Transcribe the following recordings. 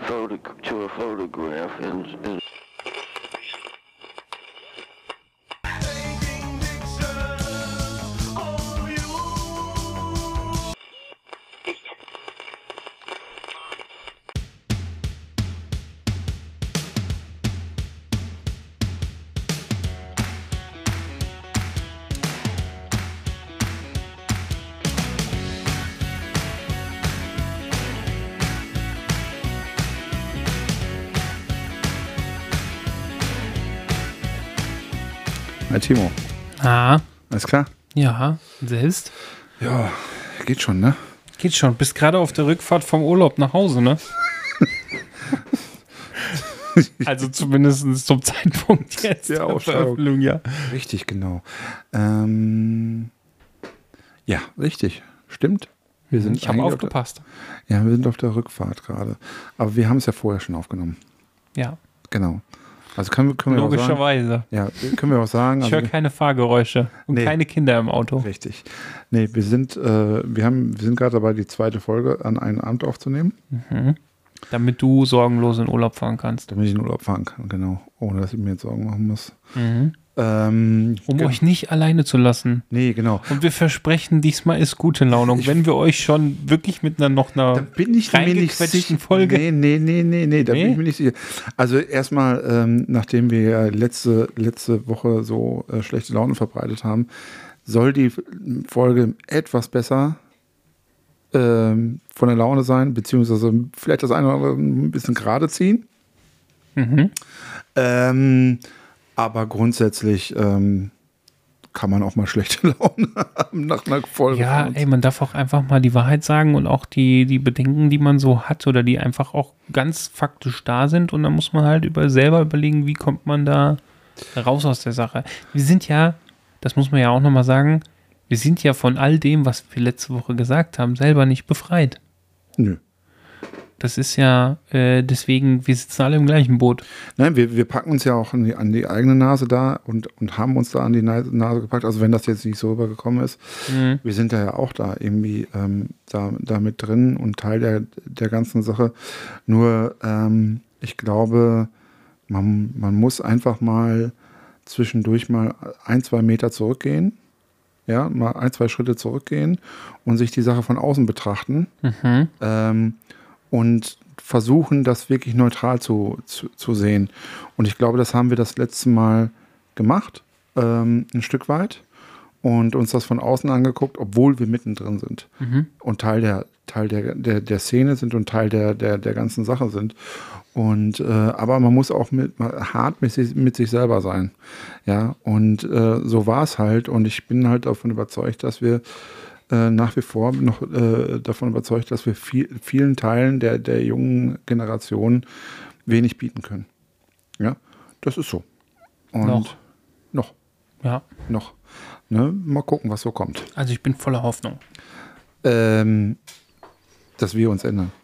to a photograph and Hi Timo. Ah. Alles klar? Ja, selbst? Ja, geht schon, ne? Geht schon. Bist gerade auf der Rückfahrt vom Urlaub nach Hause, ne? Also zumindest zum Zeitpunkt jetzt der Ausstrahlung. Ja. Richtig, genau. Ja, richtig. Stimmt. Ich habe aufgepasst. Wir sind auf der Rückfahrt gerade. Aber wir haben es ja vorher schon aufgenommen. Ja. Genau. Also können wir logischerweise. Ja, können wir auch sagen. Ich höre keine Fahrgeräusche und keine Kinder im Auto. Richtig. Nee, wir sind gerade dabei, die zweite Folge an einem Abend aufzunehmen. Mhm. Damit du sorgenlos in Urlaub fahren kannst. Damit ich in Urlaub fahren kann, genau. Ohne, dass ich mir jetzt Sorgen machen muss. Mhm. Euch nicht alleine zu lassen. Nee, genau. Und wir versprechen, diesmal ist gute Laune. Wenn wir euch schon wirklich mit noch einer da bin ich mir nicht sicher. Folge... Nee, da bin ich mir nicht sicher. Also erstmal, nachdem wir ja letzte Woche so schlechte Laune verbreitet haben, soll die Folge etwas besser von der Laune sein, beziehungsweise vielleicht das eine oder andere ein bisschen gerade ziehen. Mhm. Aber grundsätzlich kann man auch mal schlechte Laune haben nach einer Folge. Ja, man darf auch einfach mal die Wahrheit sagen und auch die Bedenken, die man so hat oder die einfach auch ganz faktisch da sind. Und dann muss man halt selber überlegen, wie kommt man da raus aus der Sache. Wir sind ja, das muss man ja auch nochmal sagen, wir sind ja von all dem, was wir letzte Woche gesagt haben, selber nicht befreit. Nö. Das ist ja, deswegen, wir sitzen alle im gleichen Boot. Nein, wir packen uns ja auch an die eigene Nase da und haben uns da an die Nase gepackt. Also wenn das jetzt nicht so rübergekommen ist, wir sind da ja auch da irgendwie da mit drin und Teil der ganzen Sache. Nur ich glaube, man muss einfach mal zwischendurch mal 1-2 Meter zurückgehen. Ja, mal 1-2 Schritte zurückgehen und sich die Sache von außen betrachten. Und versuchen, das wirklich neutral zu sehen. Und ich glaube, das haben wir das letzte Mal gemacht, ein Stück weit, und uns das von außen angeguckt, obwohl wir mittendrin sind und Teil der Szene sind und Teil der ganzen Sache sind. Und aber man muss auch hart mit sich selber sein. Ja, und so war es halt. Und ich bin halt davon überzeugt, dass wir nach wie vor noch davon überzeugt, dass wir vielen Teilen der jungen Generation wenig bieten können. Ja, das ist so. Und noch. Ja. Noch. Ne? Mal gucken, was so kommt. Also ich bin voller Hoffnung. Dass wir uns ändern.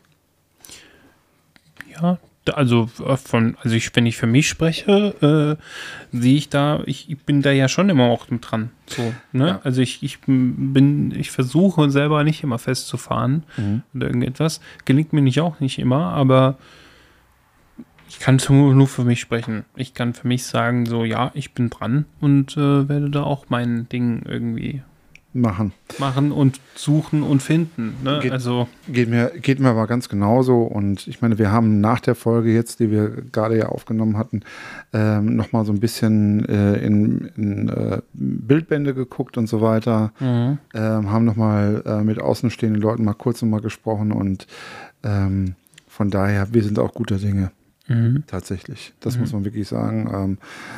Ja, also wenn ich für mich spreche, sehe ich da, ich bin da ja schon immer auch mit dran. So, ne? Ja. Also ich versuche selber nicht immer festzufahren oder irgendetwas. Gelingt mir auch nicht immer, aber ich kann nur für mich sprechen. Ich kann für mich sagen, so ja, ich bin dran und werde da auch mein Ding irgendwie machen und suchen und finden. Ne? Geht mir aber ganz genauso. Und ich meine, wir haben nach der Folge jetzt, die wir gerade ja aufgenommen hatten, nochmal so ein bisschen in Bildbände geguckt und so weiter. Haben nochmal mit außenstehenden Leuten mal kurz nochmal gesprochen und von daher, wir sind auch guter Dinge. Tatsächlich. Das muss man wirklich sagen.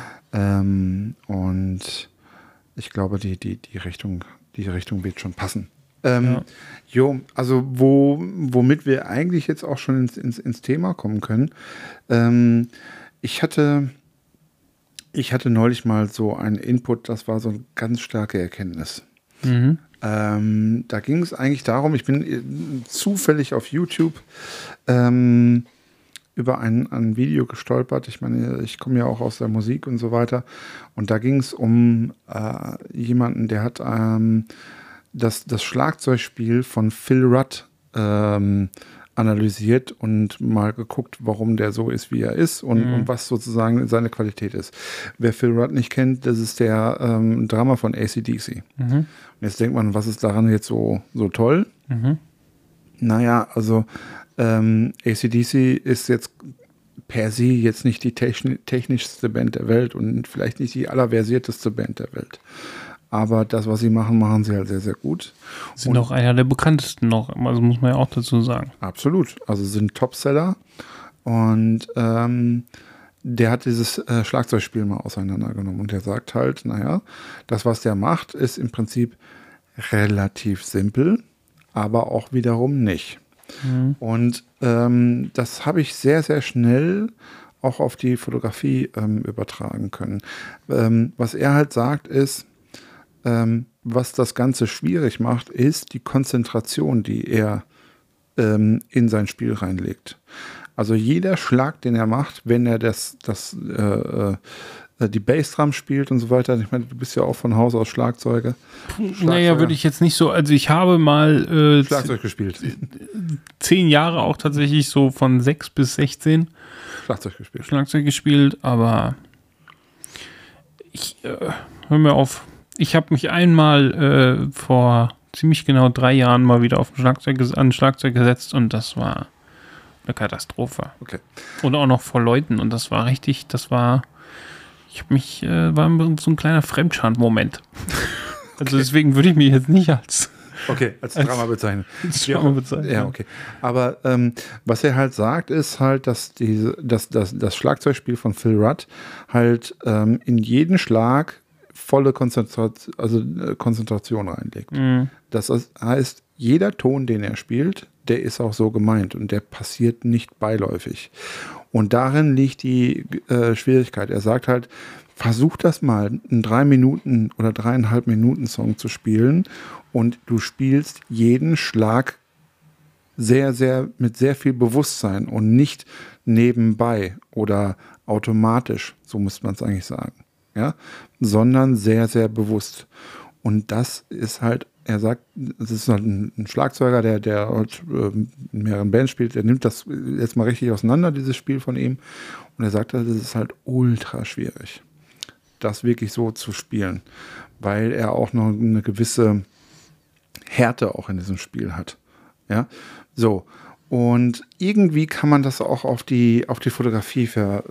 Und ich glaube, die Richtung wird schon passen. Also womit wir eigentlich jetzt auch schon ins Thema kommen können. Ich hatte neulich mal so einen Input, das war so eine ganz starke Erkenntnis. Da ging es eigentlich darum, ich bin zufällig auf YouTube über ein Video gestolpert. Ich meine, ich komme ja auch aus der Musik und so weiter. Und da ging es um jemanden, der hat das Schlagzeugspiel von Phil Rudd analysiert und mal geguckt, warum der so ist, wie er ist und was sozusagen seine Qualität ist. Wer Phil Rudd nicht kennt, das ist der Drummer von AC/DC. Und jetzt denkt man, was ist daran jetzt so toll? Naja, also AC/DC ist jetzt per se jetzt nicht die technischste Band der Welt und vielleicht nicht die allerversierteste Band der Welt. Aber das, was sie machen, machen sie halt sehr, sehr gut. Sind auch einer der bekanntesten noch, also muss man ja auch dazu sagen. Absolut. Also sind Topseller. Und der hat dieses Schlagzeugspiel mal auseinandergenommen. Und der sagt halt, naja, das, was der macht, ist im Prinzip relativ simpel, aber auch wiederum nicht. Und das habe ich sehr, sehr schnell auch auf die Fotografie übertragen können. Was er halt sagt ist, was das Ganze schwierig macht, ist die Konzentration, die er in sein Spiel reinlegt. Also jeder Schlag, den er macht, wenn er die Bassdrum spielt und so weiter. Ich meine, du bist ja auch von Haus aus Schlagzeuger. Naja, würde ich jetzt nicht so, also ich habe mal Schlagzeug gespielt. 10 Jahre auch tatsächlich so von 6 bis 16 Schlagzeug gespielt, aber hör mir auf. Ich habe mich einmal vor ziemlich genau 3 Jahren mal wieder auf an Schlagzeug gesetzt und das war eine Katastrophe. Okay. Und auch noch vor Leuten und das war richtig, war so ein kleiner Fremdscham-Moment. Also deswegen würde ich mich jetzt nicht als Drama bezeichnen. Ja, okay. Aber was er halt sagt, ist halt, dass das Schlagzeugspiel von Phil Rudd halt in jeden Schlag volle Konzentration reinlegt. Das heißt, jeder Ton, den er spielt, der ist auch so gemeint und der passiert nicht beiläufig. Und darin liegt die Schwierigkeit. Er sagt halt, versuch das mal, einen 3 Minuten oder 3,5 Minuten Song zu spielen und du spielst jeden Schlag sehr, sehr mit sehr viel Bewusstsein und nicht nebenbei oder automatisch, so muss man es eigentlich sagen, ja, sondern sehr, sehr bewusst. Und das ist halt, er sagt, das ist halt ein Schlagzeuger, der halt in mehreren Bands spielt, der nimmt das jetzt mal richtig auseinander, dieses Spiel von ihm. Und er sagt, das ist halt ultra schwierig, das wirklich so zu spielen, weil er auch noch eine gewisse Härte auch in diesem Spiel hat. Ja, so. Und irgendwie kann man das auch auf die Fotografie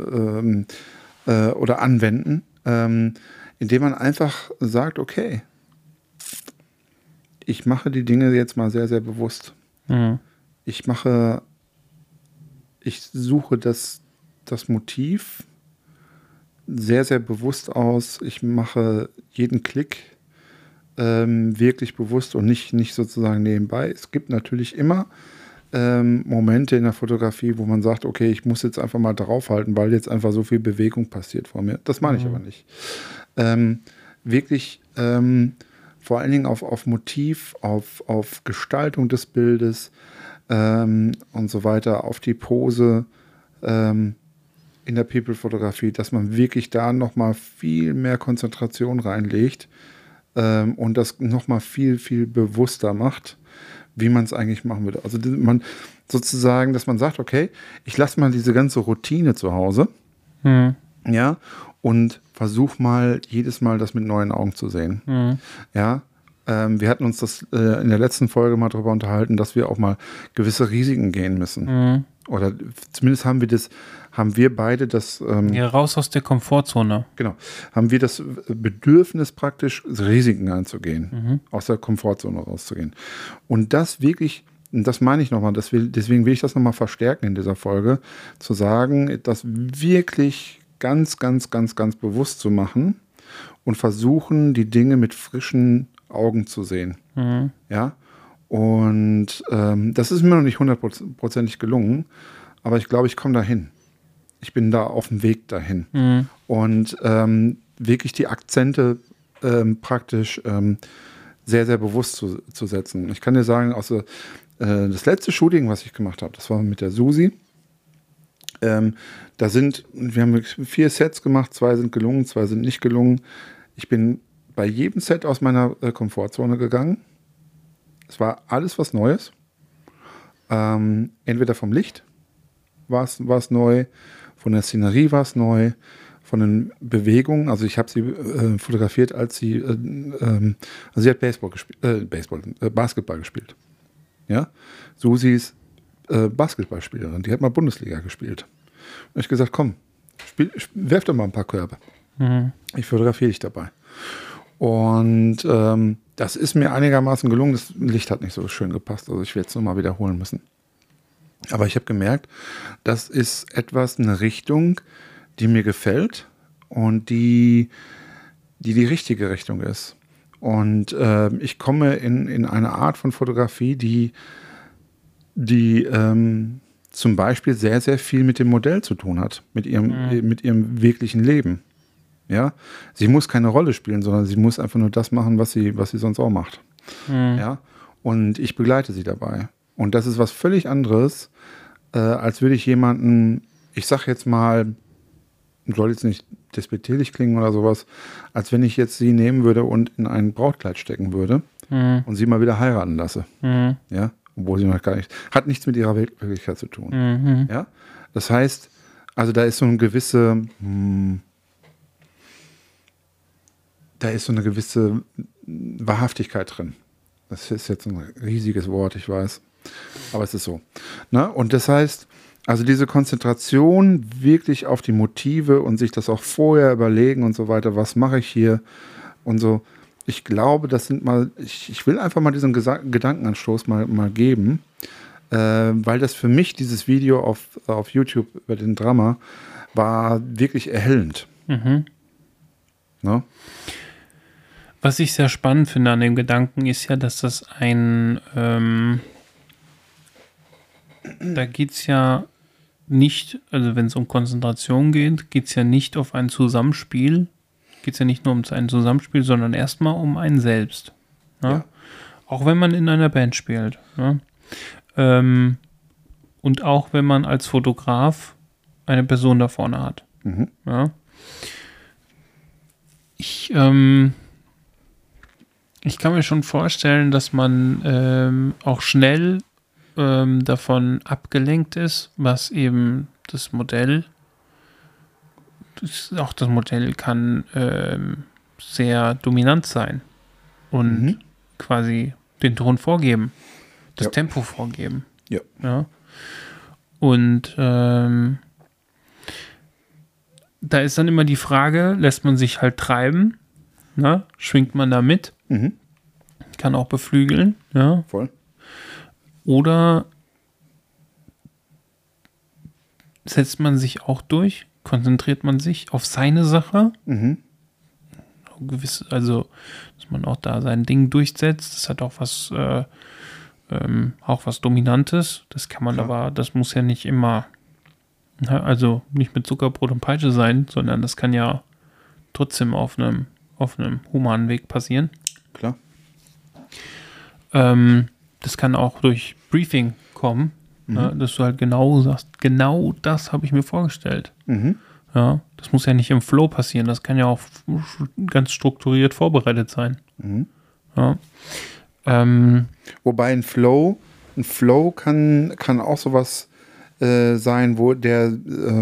oder anwenden, indem man einfach sagt, okay, ich mache die Dinge jetzt mal sehr, sehr bewusst. Ich suche das Motiv sehr, sehr bewusst aus. Ich mache jeden Klick wirklich bewusst und nicht sozusagen nebenbei. Es gibt natürlich immer Momente in der Fotografie, wo man sagt, okay, ich muss jetzt einfach mal draufhalten, weil jetzt einfach so viel Bewegung passiert vor mir. Das meine ich aber nicht. Wirklich vor allen Dingen auf Motiv, auf Gestaltung des Bildes und so weiter, auf die Pose in der People-Fotografie, dass man wirklich da nochmal viel mehr Konzentration reinlegt und das nochmal viel, viel bewusster macht, wie man es eigentlich machen würde. Also man sozusagen, dass man sagt, okay, ich lasse mal diese ganze Routine zu Hause, ja, und versuche mal jedes Mal das mit neuen Augen zu sehen. Ja, wir hatten uns das in der letzten Folge mal darüber unterhalten, dass wir auch mal gewisse Risiken gehen müssen. Oder zumindest haben wir beide das raus aus der Komfortzone. Genau. Haben wir das Bedürfnis praktisch, Risiken einzugehen, aus der Komfortzone rauszugehen. Und das wirklich, das meine ich nochmal, deswegen will ich das nochmal verstärken in dieser Folge, zu sagen, das wirklich ganz, ganz, ganz, ganz bewusst zu machen und versuchen, die Dinge mit frischen Augen zu sehen. Ja. Und das ist mir noch nicht 100% gelungen, aber ich glaube, ich komme dahin. Ich bin da auf dem Weg dahin. Und wirklich die Akzente praktisch sehr, sehr bewusst zu setzen. Ich kann dir sagen, das letzte Shooting, was ich gemacht habe, das war mit der Susi. Wir haben 4 Sets gemacht, 2 sind gelungen, 2 sind nicht gelungen. Ich bin bei jedem Set aus meiner Komfortzone gegangen. Es war alles was Neues. Entweder vom Licht war es neu, von der Szenerie war es neu, von den Bewegungen. Also ich habe sie fotografiert, als sie hat Basketball gespielt. Ja, Susi ist Basketballspielerin. Die hat mal Bundesliga gespielt. Und ich gesagt, komm, werf doch mal ein paar Körbe. Ich fotografiere dich dabei. Und das ist mir einigermaßen gelungen. Das Licht hat nicht so schön gepasst. Also ich werde es nochmal wiederholen müssen. Aber ich habe gemerkt, das ist eine Richtung, die mir gefällt und die richtige Richtung ist. Und ich komme in eine Art von Fotografie, die zum Beispiel sehr, sehr viel mit dem Modell zu tun hat, mit ihrem wirklichen Leben. Ja, sie muss keine Rolle spielen, sondern sie muss einfach nur das machen, was sie sonst auch macht. Ja, und ich begleite sie dabei. Und das ist was völlig anderes, als würde ich jemanden, ich sag jetzt mal, soll jetzt nicht despektierlich klingen oder sowas, als wenn ich jetzt sie nehmen würde und in ein Brautkleid stecken würde und sie mal wieder heiraten lasse. Ja, obwohl sie noch gar nicht, hat nichts mit ihrer Wirklichkeit zu tun. Ja, das heißt, also da ist so eine gewisse Wahrhaftigkeit drin. Das ist jetzt ein riesiges Wort, ich weiß. Aber es ist so. Na, und das heißt, also diese Konzentration wirklich auf die Motive und sich das auch vorher überlegen und so weiter, was mache ich hier und so. Ich glaube, das sind mal, ich will einfach mal diesen Gedankenanstoß mal geben, weil das für mich, dieses Video auf YouTube über den Drama, war wirklich erhellend. Na? Was ich sehr spannend finde an dem Gedanken ist ja, dass das da geht es ja nicht, also wenn es um Konzentration geht, geht es ja nicht auf ein Zusammenspiel, geht es ja nicht nur um ein Zusammenspiel, sondern erstmal um einen selbst. Ne? Ja. Auch wenn man in einer Band spielt. Ne? Und auch wenn man als Fotograf eine Person da vorne hat. Ja? Ich kann mir schon vorstellen, dass man auch schnell davon abgelenkt ist, was eben das Modell kann sehr dominant sein und quasi den Ton vorgeben, das Tempo vorgeben. Ja. Und da ist dann immer die Frage, lässt man sich halt treiben, ne? Schwingt man da mit, kann auch beflügeln, ja. Voll. Oder setzt man sich auch durch, konzentriert man sich auf seine Sache, also dass man auch da sein Ding durchsetzt, das hat auch was Dominantes, das kann man aber, das muss ja nicht immer, also nicht mit Zuckerbrot und Peitsche sein, sondern das kann ja trotzdem auf einem humanen Weg passieren. Klar. Das kann auch durch Briefing kommen, dass du halt genau sagst, genau das habe ich mir vorgestellt. Ja, das muss ja nicht im Flow passieren, das kann ja auch ganz strukturiert vorbereitet sein. Ja. Wobei ein Flow kann auch sowas sein, wo der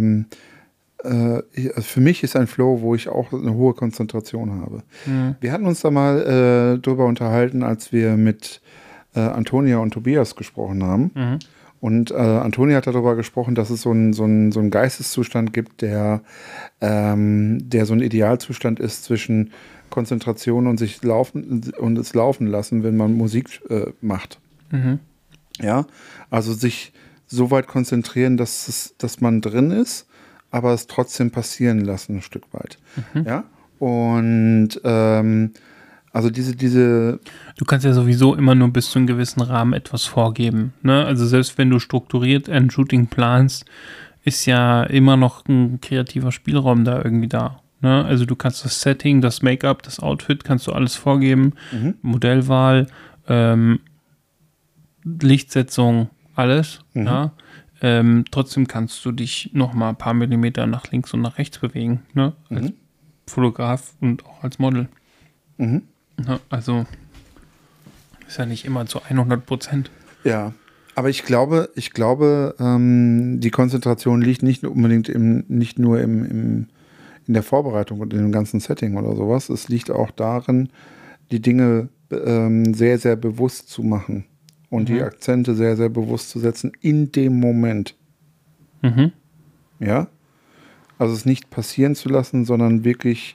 für mich ist ein Flow, wo ich auch eine hohe Konzentration habe. Wir hatten uns da mal drüber unterhalten, als wir mit Antonia und Tobias gesprochen haben. Und Antonia hat darüber gesprochen, dass es so einen Geisteszustand gibt, der so ein Idealzustand ist zwischen Konzentration und es laufen lassen, wenn man Musik macht. Ja, also sich so weit konzentrieren, dass man drin ist, aber es trotzdem passieren lassen, ein Stück weit. Ja, und also diese. Du kannst ja sowieso immer nur bis zu einem gewissen Rahmen etwas vorgeben. Ne? Also selbst wenn du strukturiert ein Shooting planst, ist ja immer noch ein kreativer Spielraum da irgendwie da. Ne? Also du kannst das Setting, das Make-up, das Outfit, kannst du alles vorgeben. Modellwahl, Lichtsetzung, alles. Ja? Trotzdem kannst du dich noch mal ein paar Millimeter nach links und nach rechts bewegen. Ne? Als Fotograf und auch als Model. Ja, also ist ja nicht immer zu 100%. Ja, Aber ich glaube, die Konzentration liegt nicht unbedingt nicht nur in der Vorbereitung und in dem ganzen Setting oder sowas. Es liegt auch darin, die Dinge sehr, sehr bewusst zu machen und die Akzente sehr, sehr bewusst zu setzen in dem Moment. Mhm. Ja? Also es nicht passieren zu lassen, sondern wirklich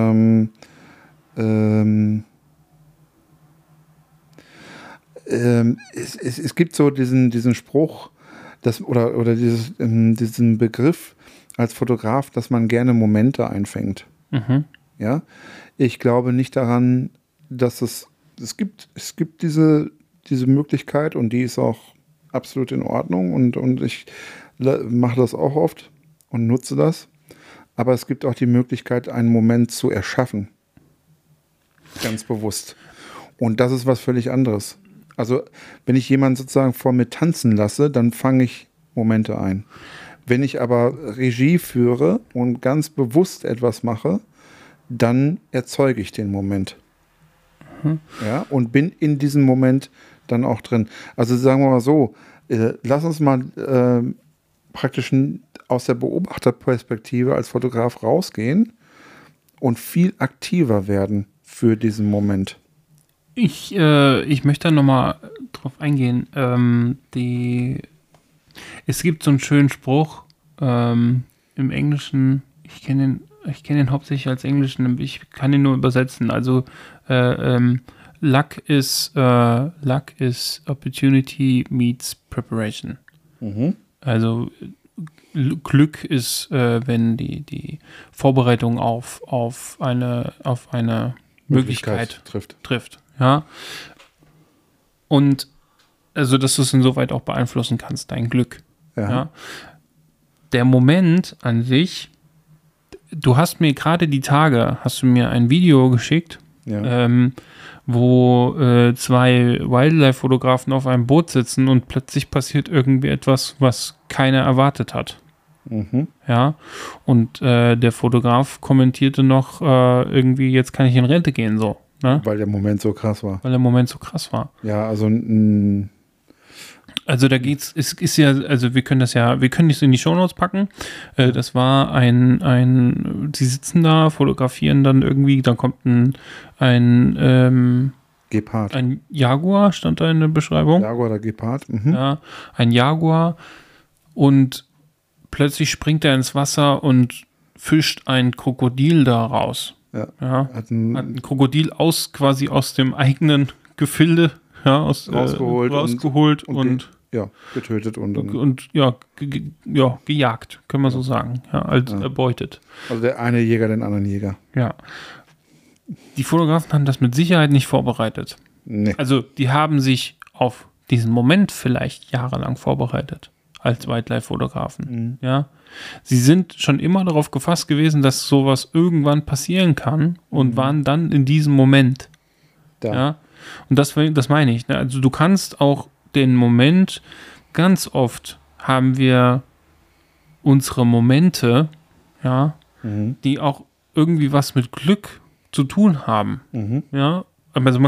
es gibt so diesen Spruch, oder diesen Begriff als Fotograf, dass man gerne Momente einfängt. Mhm. Ja? Ich glaube nicht daran, dass es gibt diese Möglichkeit und die ist auch absolut in Ordnung und ich mache das auch oft und nutze das. Aber es gibt auch die Möglichkeit, einen Moment zu erschaffen. Ganz bewusst. Und das ist was völlig anderes. Also, wenn ich jemanden sozusagen vor mir tanzen lasse, dann fange ich Momente ein. Wenn ich aber Regie führe und ganz bewusst etwas mache, dann erzeuge ich den Moment. Ja, und bin in diesem Moment dann auch drin. Also sagen wir mal so, lass uns mal praktisch aus der Beobachterperspektive als Fotograf rausgehen und viel aktiver werden für diesen Moment. Ich möchte da nochmal drauf eingehen. Es gibt so einen schönen Spruch im Englischen, ich kenne den hauptsächlich als Englischen, ich kann ihn nur übersetzen. Also Luck is opportunity meets preparation. Also Glück ist, wenn die Vorbereitung auf eine Möglichkeit trifft. Ja. Und also, dass du es insoweit auch beeinflussen kannst, dein Glück. Ja. Der Moment an sich, du hast mir gerade die Tage, hast du mir ein Video geschickt, wo zwei Wildlife-Fotografen auf einem Boot sitzen und plötzlich passiert irgendwie etwas, was keiner erwartet hat. Ja, und der Fotograf kommentierte noch irgendwie, jetzt kann ich in Rente gehen, so. Ne? Weil der Moment so krass war. Ja, also also da geht's, es ist ja, also wir können das in die Shownotes packen. Das war sie sitzen da, fotografieren dann irgendwie, dann kommt ein Gepard. Ein Jaguar, stand da in der Beschreibung. Jaguar oder Gepard. Ja, ein Jaguar und plötzlich springt er ins Wasser und fischt ein Krokodil da raus. Ja. Hat ein Krokodil quasi aus dem eigenen Gefilde rausgeholt und getötet und gejagt, können wir so sagen. Ja, erbeutet. Also der eine Jäger den anderen Jäger. Ja. Die Fotografen haben das mit Sicherheit nicht vorbereitet. Nee. Also die haben sich auf diesen Moment vielleicht jahrelang vorbereitet als Wildlife-Fotografen. Ja. Sie sind schon immer darauf gefasst gewesen, dass sowas irgendwann passieren kann und waren dann in diesem Moment. Da. Ja. Und das meine ich. Ne? Also du kannst auch den Moment, ganz oft haben wir unsere Momente, die auch irgendwie was mit Glück zu tun haben. Ja. Also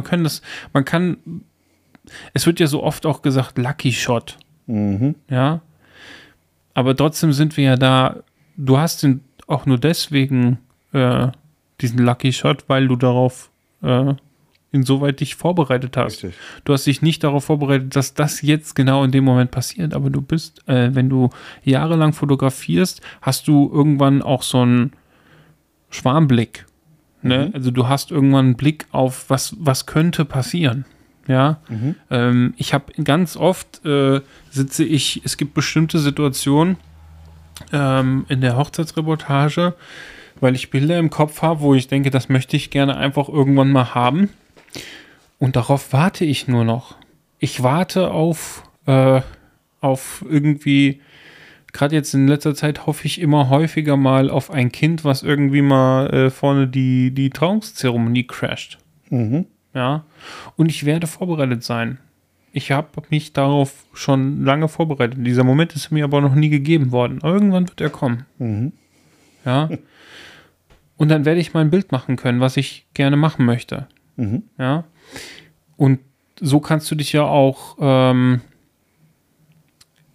es wird ja so oft auch gesagt, Lucky Shot. Ja. Aber trotzdem sind wir ja da, du hast den auch nur deswegen diesen Lucky Shot, weil du darauf insoweit dich vorbereitet hast. Richtig. Du hast dich nicht darauf vorbereitet, dass das jetzt genau in dem Moment passiert, aber du bist, wenn du jahrelang fotografierst, hast du irgendwann auch so einen Schwarmblick. Ne? Also du hast irgendwann einen Blick auf, was könnte passieren. Ja, ich habe ganz oft es gibt bestimmte Situationen in der Hochzeitsreportage, weil ich Bilder im Kopf habe, wo ich denke, das möchte ich gerne einfach irgendwann mal haben. Und darauf warte ich nur noch. Ich warte auf irgendwie, gerade jetzt in letzter Zeit hoffe ich immer häufiger mal auf ein Kind, was irgendwie mal vorne die Trauungszeremonie crasht. Ja, und ich werde vorbereitet sein. Ich habe mich darauf schon lange vorbereitet. Dieser Moment ist mir aber noch nie gegeben worden. Irgendwann wird er kommen. Ja. Und dann werde ich mein Bild machen können, was ich gerne machen möchte. Ja. Und so kannst du dich ja auch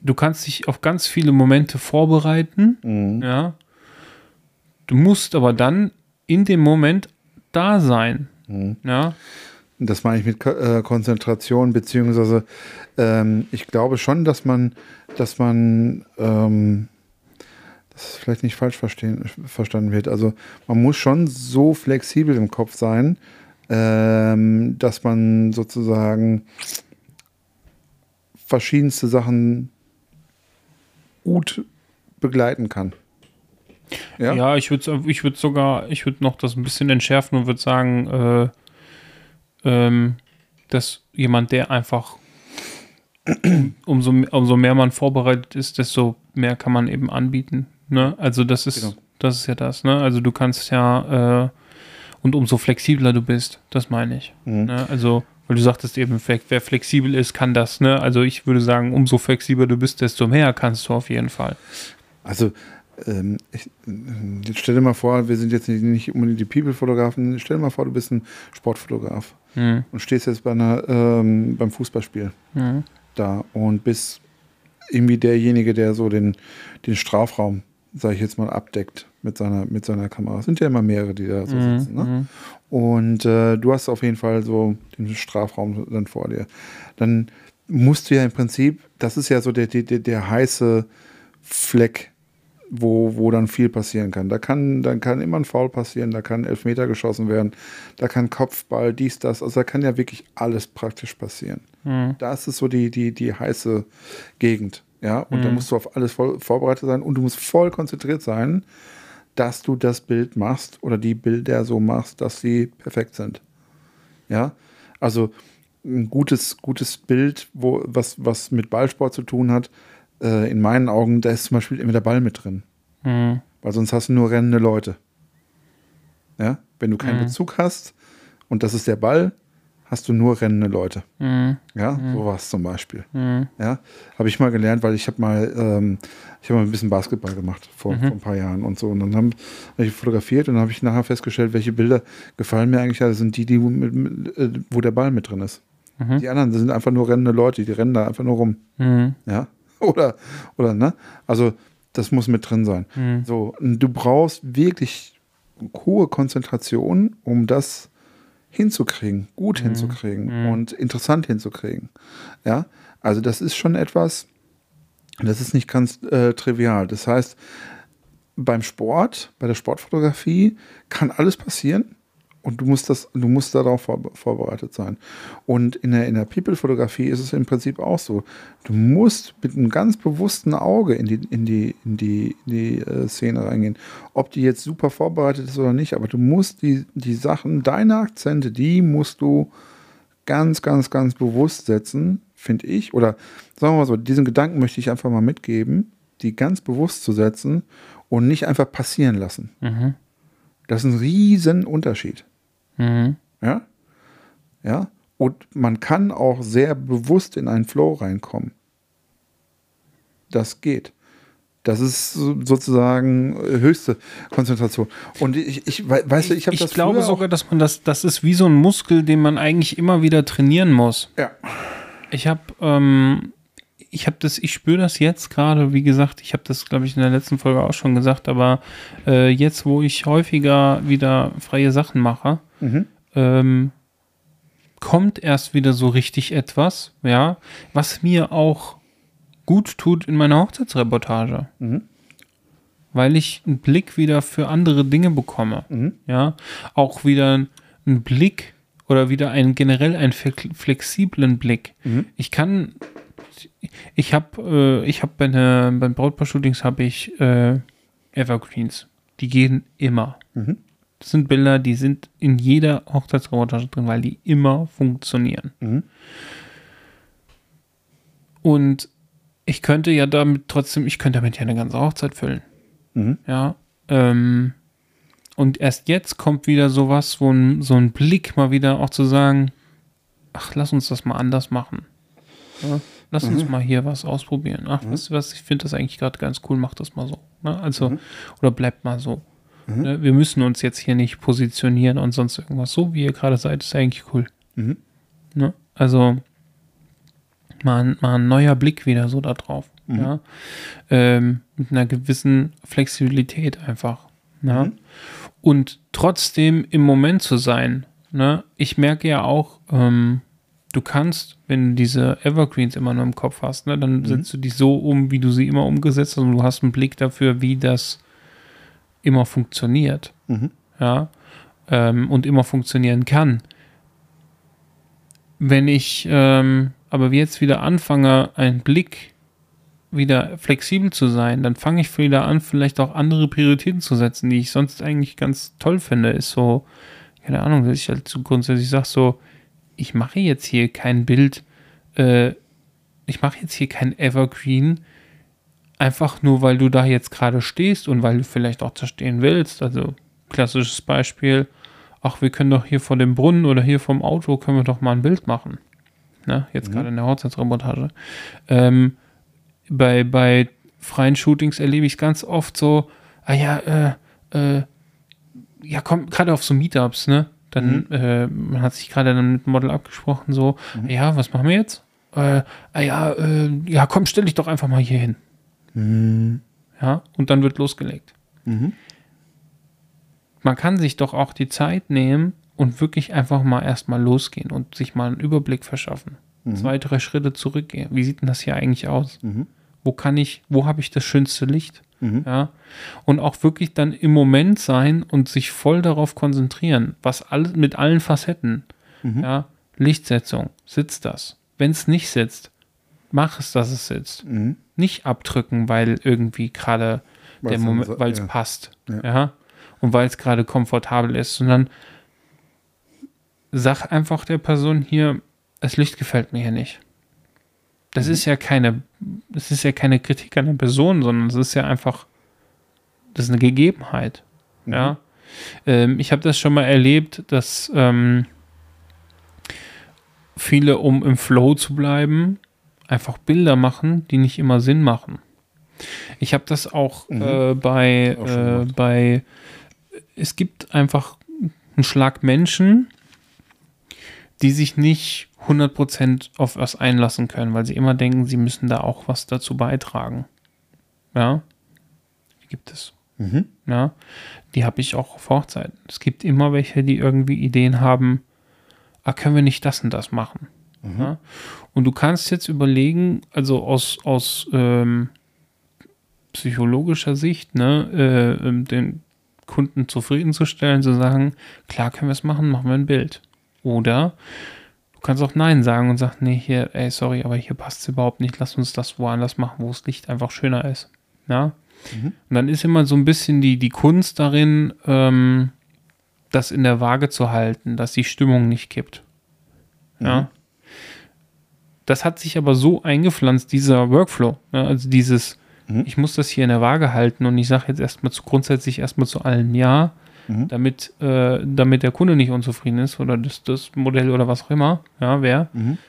du kannst dich auf ganz viele Momente vorbereiten, ja. Du musst aber dann in dem Moment da sein, ja. Das meine ich mit Konzentration, beziehungsweise ich glaube schon, dass man das vielleicht nicht falsch verstanden wird. Also man muss schon so flexibel im Kopf sein, dass man sozusagen verschiedenste Sachen gut begleiten kann. Ja, ich würde noch das ein bisschen entschärfen und würde sagen, dass jemand, der einfach umso mehr man vorbereitet ist, desto mehr kann man eben anbieten. Ne? Also das ist ja das. Ne? Also du kannst ja und umso flexibler du bist, das meine ich. Ne? Also, weil du sagtest eben, wer flexibel ist, kann das. Ne? Also ich würde sagen, umso flexibler du bist, desto mehr kannst du auf jeden Fall. Also jetzt stell dir mal vor, wir sind jetzt nicht unbedingt die People-Fotografen, stell dir mal vor, du bist ein Sportfotograf und stehst jetzt beim Fußballspiel da und bist irgendwie derjenige, der so den Strafraum, sage ich jetzt mal, abdeckt mit seiner Kamera. Es sind ja immer mehrere, die da so sitzen. Ne? Und du hast auf jeden Fall so den Strafraum dann vor dir. Dann musst du ja im Prinzip, das ist ja so der heiße Fleck, wo dann viel passieren kann. Dann kann immer ein Foul passieren, da kann Elfmeter geschossen werden, da kann Kopfball, dies, das, also da kann ja wirklich alles praktisch passieren. Da ist es so die heiße Gegend, ja, und da musst du auf alles voll vorbereitet sein und du musst voll konzentriert sein, dass du das Bild machst oder die Bilder so machst, dass sie perfekt sind. Ja, also ein gutes Bild, was mit Ballsport zu tun hat, in meinen Augen, da ist zum Beispiel immer der Ball mit drin. Weil sonst hast du nur rennende Leute. Ja? Wenn du keinen Bezug hast und das ist der Ball, hast du nur rennende Leute. Ja, sowas zum Beispiel. Ja? Habe ich mal gelernt, weil ich habe mal ein bisschen Basketball gemacht vor ein paar Jahren und so. Und dann habe ich fotografiert und dann habe ich nachher festgestellt, welche Bilder gefallen mir eigentlich. Das sind die wo der Ball mit drin ist. Die anderen, das sind einfach nur rennende Leute, die rennen da einfach nur rum. Ja. Oder, ne? Also, das muss mit drin sein. So, du brauchst wirklich hohe Konzentration, um das hinzukriegen, gut hinzukriegen und interessant hinzukriegen. Ja, also das ist schon etwas, das ist nicht ganz trivial. Das heißt, beim Sport, bei der Sportfotografie kann alles passieren. Und du musst darauf vorbereitet sein. Und in der People-Fotografie ist es im Prinzip auch so. Du musst mit einem ganz bewussten Auge in die Szene reingehen. Ob die jetzt super vorbereitet ist oder nicht, aber du musst die Sachen, deine Akzente, die musst du ganz, ganz, ganz bewusst setzen, finde ich. Oder sagen wir mal so, diesen Gedanken möchte ich einfach mal mitgeben, die ganz bewusst zu setzen und nicht einfach passieren lassen. Das ist ein riesen Unterschied. Ja? Ja? Und man kann auch sehr bewusst in einen Flow reinkommen. Das geht. Das ist sozusagen höchste Konzentration. Und ich glaube sogar, dass man das ist wie so ein Muskel, den man eigentlich immer wieder trainieren muss. Ja. Ich spüre das jetzt gerade, wie gesagt, ich habe das, glaube ich, in der letzten Folge auch schon gesagt, aber jetzt, wo ich häufiger wieder freie Sachen mache, kommt erst wieder so richtig etwas, ja, was mir auch gut tut in meiner Hochzeitsreportage. Weil ich einen Blick wieder für andere Dinge bekomme. Ja, auch wieder einen Blick oder wieder generell einen flexiblen Blick. Ich habe beim Brautpaar-Shootings habe ich Evergreens. Die gehen immer. Das sind Bilder, die sind in jeder Hochzeitsreportage drin, weil die immer funktionieren. Und ich könnte damit ja eine ganze Hochzeit füllen. Ja. Und erst jetzt kommt wieder sowas, so ein Blick mal wieder auch zu sagen, ach, lass uns das mal anders machen. Ja. Lass uns mal hier was ausprobieren. Ach, weißt du was, ich finde das eigentlich gerade ganz cool, mach das mal so. Ne? Also, oder bleibt mal so. Ne? Wir müssen uns jetzt hier nicht positionieren und sonst irgendwas. So wie ihr gerade seid, ist eigentlich cool. Ne? Also, mal ein neuer Blick wieder so da drauf. Ja? Mit einer gewissen Flexibilität einfach. Ja? Und trotzdem im Moment zu sein. Ne? Ich merke ja auch, du kannst, wenn du diese Evergreens immer nur im Kopf hast, ne, dann setzt du die so um, wie du sie immer umgesetzt hast und du hast einen Blick dafür, wie das immer funktioniert. Ja? Und immer funktionieren kann. Wenn ich aber jetzt wieder anfange, einen Blick wieder flexibel zu sein, dann fange ich wieder an, vielleicht auch andere Prioritäten zu setzen, die ich sonst eigentlich ganz toll finde. Ist so, keine Ahnung, dass ich halt so grundsätzlich sage, so, ich mache jetzt hier kein Bild, ich mache jetzt hier kein Evergreen, einfach nur, weil du da jetzt gerade stehst und weil du vielleicht auch da stehen willst. Also, klassisches Beispiel, ach, wir können doch hier vor dem Brunnen oder hier vom Auto, können wir doch mal ein Bild machen. Ne? Jetzt gerade in der Hochzeitsreportage. Bei freien Shootings erlebe ich es ganz oft so, ja, komm, gerade auf so Meetups, ne? Dann, man hat sich gerade dann mit dem Model abgesprochen, so, ja, was machen wir jetzt? Ja, komm, stell dich doch einfach mal hier hin. Ja, und dann wird losgelegt. Man kann sich doch auch die Zeit nehmen und wirklich einfach mal erstmal losgehen und sich mal einen Überblick verschaffen. 2, 3 Schritte zurückgehen. Wie sieht denn das hier eigentlich aus? Wo habe ich das schönste Licht? Ja? Und auch wirklich dann im Moment sein und sich voll darauf konzentrieren, mit allen Facetten. Ja? Lichtsetzung, sitzt das? Wenn es nicht sitzt, mach es, dass es sitzt. Nicht abdrücken, weil irgendwie gerade der Moment, weil es passt. Ja? Und weil es gerade komfortabel ist, sondern sag einfach der Person hier, das Licht gefällt mir hier nicht. Das ist ja keine Kritik an der Person, sondern es ist ja einfach, das ist eine Gegebenheit. Ja? Ich habe das schon mal erlebt, dass viele, um im Flow zu bleiben, einfach Bilder machen, die nicht immer Sinn machen. Ich habe das auch es gibt einfach einen Schlag Menschen, die sich nicht 100% auf was einlassen können, weil sie immer denken, sie müssen da auch was dazu beitragen. Ja, die gibt es. Ja, die habe ich auch auf Hochzeiten. Es gibt immer welche, die irgendwie Ideen haben, können wir nicht das und das machen. Ja? Und du kannst jetzt überlegen, also aus psychologischer Sicht, ne, den Kunden zufriedenzustellen, zu sagen, klar können wir es machen, machen wir ein Bild. Oder du kannst auch Nein sagen und sagen, nee, hier, sorry, aber hier passt es überhaupt nicht, lass uns das woanders machen, wo das Licht einfach schöner ist. Ja? Und dann ist immer so ein bisschen die Kunst darin, das in der Waage zu halten, dass die Stimmung nicht kippt. Ja? Das hat sich aber so eingepflanzt, dieser Workflow, ne? Also dieses, ich muss das hier in der Waage halten und ich sage jetzt grundsätzlich erstmal zu allem Ja, damit der Kunde nicht unzufrieden ist oder das Modell oder was auch immer, ja, wer.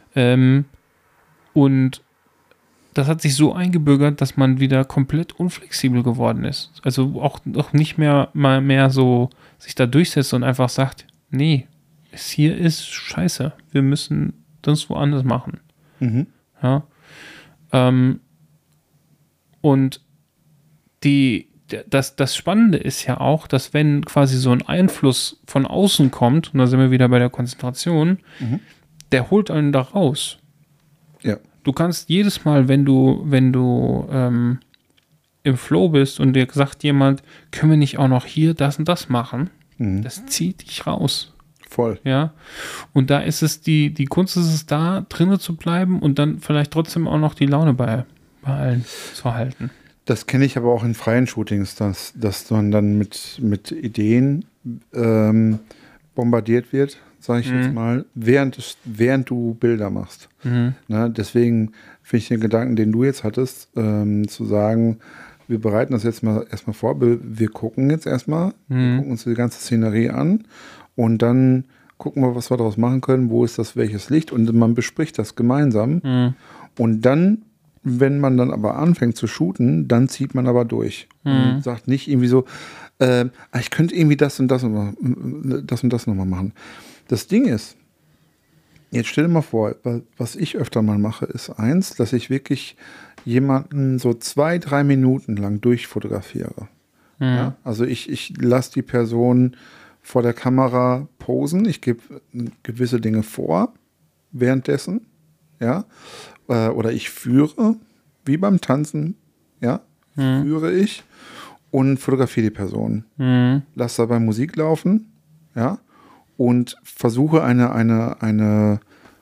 Und das hat sich so eingebürgert, dass man wieder komplett unflexibel geworden ist. Also auch nicht mehr so sich da durchsetzt und einfach sagt, nee, es hier ist scheiße, wir müssen das woanders machen. Ja. Und das Spannende ist ja auch, dass wenn quasi so ein Einfluss von außen kommt, und da sind wir wieder bei der Konzentration, der holt einen da raus. Ja. Du kannst jedes Mal, wenn du im Flow bist und dir sagt jemand, können wir nicht auch noch hier das und das machen, das zieht dich raus. Voll. Ja. Und da ist es die Kunst ist es da, drinnen zu bleiben und dann vielleicht trotzdem auch noch die Laune bei allen zu halten. Das kenne ich aber auch in freien Shootings, dass man dann mit Ideen bombardiert wird, sage ich jetzt mal, während du Bilder machst. Na, deswegen finde ich den Gedanken, den du jetzt hattest, zu sagen, wir bereiten das jetzt mal erstmal vor, wir gucken jetzt erstmal, wir gucken uns die ganze Szenerie an und dann gucken wir, was wir daraus machen können, wo ist das welches Licht und man bespricht das gemeinsam und dann, wenn man dann aber anfängt zu shooten, dann zieht man aber durch und sagt nicht irgendwie so, ich könnte irgendwie das und das nochmal machen. Das Ding ist, Jetzt stell dir mal vor, was ich öfter mal mache, ist eins, dass ich wirklich jemanden so 2-3 Minuten lang durchfotografiere. Ja? Also ich lasse die Person vor der Kamera posen, ich gebe gewisse Dinge vor währenddessen, ja, oder ich führe, wie beim Tanzen, ja, führe ich und fotografiere die Person. Lasse dabei Musik laufen, ja, und versuche eine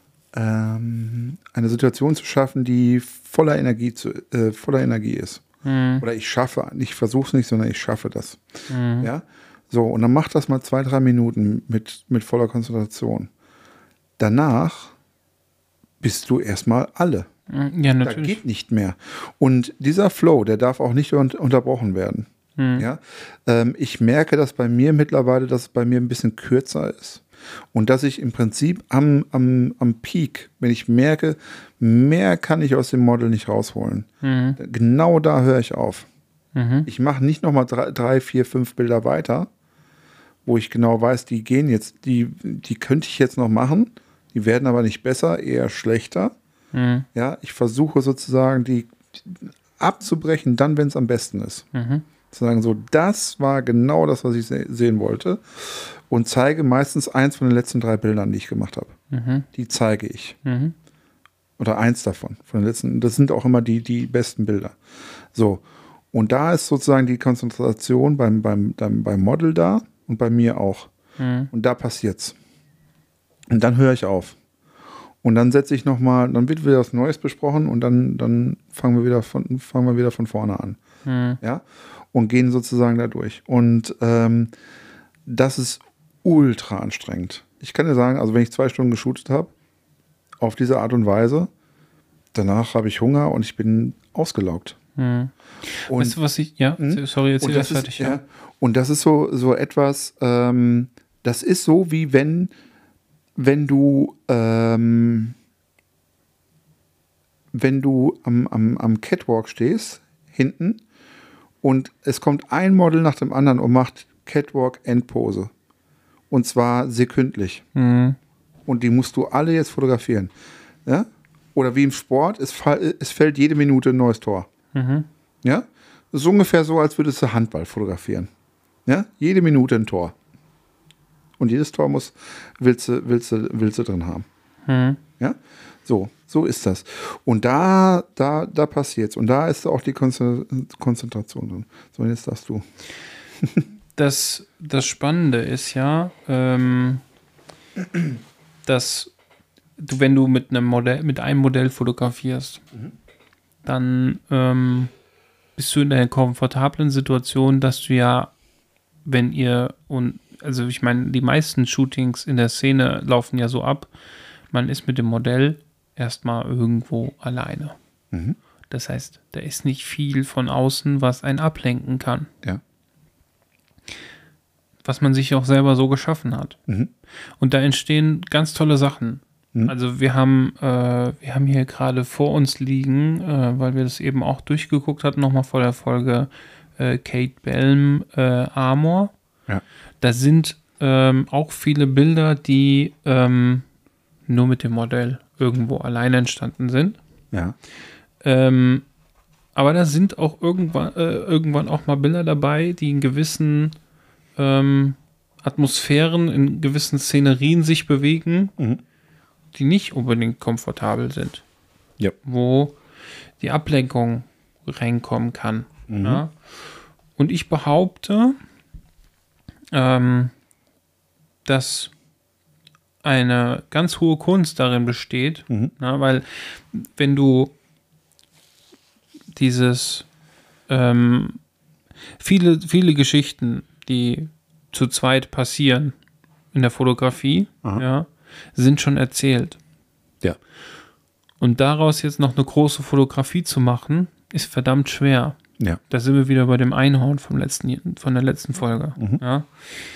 Situation zu schaffen, die voller Energie ist. Oder ich versuche es nicht, sondern ich schaffe das. Ja, so, und dann mach das mal 2-3 Minuten mit voller Konzentration. Danach bist du erstmal alle. Ja, natürlich. Da geht nicht mehr. Und dieser Flow, der darf auch nicht unterbrochen werden. Ja? Ich merke das bei mir mittlerweile, dass es bei mir ein bisschen kürzer ist. Und dass ich im Prinzip am Peak, wenn ich merke, mehr kann ich aus dem Model nicht rausholen. Genau da höre ich auf. Ich mache nicht nochmal 3, 4, 5 Bilder weiter, wo ich genau weiß, die gehen jetzt, die könnte ich jetzt noch machen, die werden aber nicht besser, eher schlechter. Ja, ich versuche sozusagen, die abzubrechen, dann, wenn es am besten ist. Zu sagen, so, das war genau das, was ich sehen wollte. Und zeige meistens eins von den letzten 3 Bildern, die ich gemacht habe. Die zeige ich. Oder eins davon. Von den letzten, das sind auch immer die besten Bilder. So. Und da ist sozusagen die Konzentration beim Model da und bei mir auch. Und da passiert's. Und dann höre ich auf. Und dann setze ich nochmal, dann wird wieder was Neues besprochen und dann fangen wir wieder von vorne an. Ja? Und gehen sozusagen da durch. Und das ist ultra anstrengend. Ich kann dir sagen, also wenn ich 2 Stunden geshootet habe, auf diese Art und Weise, danach habe ich Hunger und ich bin ausgelaugt. Und, weißt du, was ich, sorry, erzähl das fertig. Ja. Und das ist so etwas, das ist so, wie wenn du am Catwalk stehst, hinten, und es kommt ein Model nach dem anderen und macht Catwalk-Endpose. Und zwar sekündlich. Und die musst du alle jetzt fotografieren. Ja? Oder wie im Sport, es fällt jede Minute ein neues Tor. Ja? Das ist ungefähr so, als würdest du Handball fotografieren. Ja? Jede Minute ein Tor. Und jedes Tor willst du drin haben. Ja? So ist das. Und da passiert's. Und da ist auch die Konzentration drin. So, und jetzt darfst du. Das Spannende ist ja, dass du, wenn du mit einem Modell fotografierst, dann bist du in der komfortablen Situation, dass du ja, also ich meine, die meisten Shootings in der Szene laufen ja so ab, man ist mit dem Modell erstmal irgendwo alleine. Das heißt, da ist nicht viel von außen, was einen ablenken kann. Ja. Was man sich auch selber so geschaffen hat. Und da entstehen ganz tolle Sachen. Also wir haben hier gerade vor uns liegen, weil wir das eben auch durchgeguckt hatten, nochmal vor der Folge Kate Belm Amor. Ja. Da sind auch viele Bilder, die nur mit dem Modell irgendwo alleine entstanden sind. Ja. Aber da sind auch irgendwann auch mal Bilder dabei, die in gewissen Atmosphären, in gewissen Szenerien sich bewegen, die nicht unbedingt komfortabel sind. Ja. Wo die Ablenkung reinkommen kann. Ja? Und ich behaupte, dass eine ganz hohe Kunst darin besteht, weil wenn du dieses viele Geschichten, die zu zweit passieren in der Fotografie, ja, sind schon erzählt. Ja. Und daraus jetzt noch eine große Fotografie zu machen, ist verdammt schwer. Ja. Da sind wir wieder bei dem Einhorn von der letzten Folge. Ja.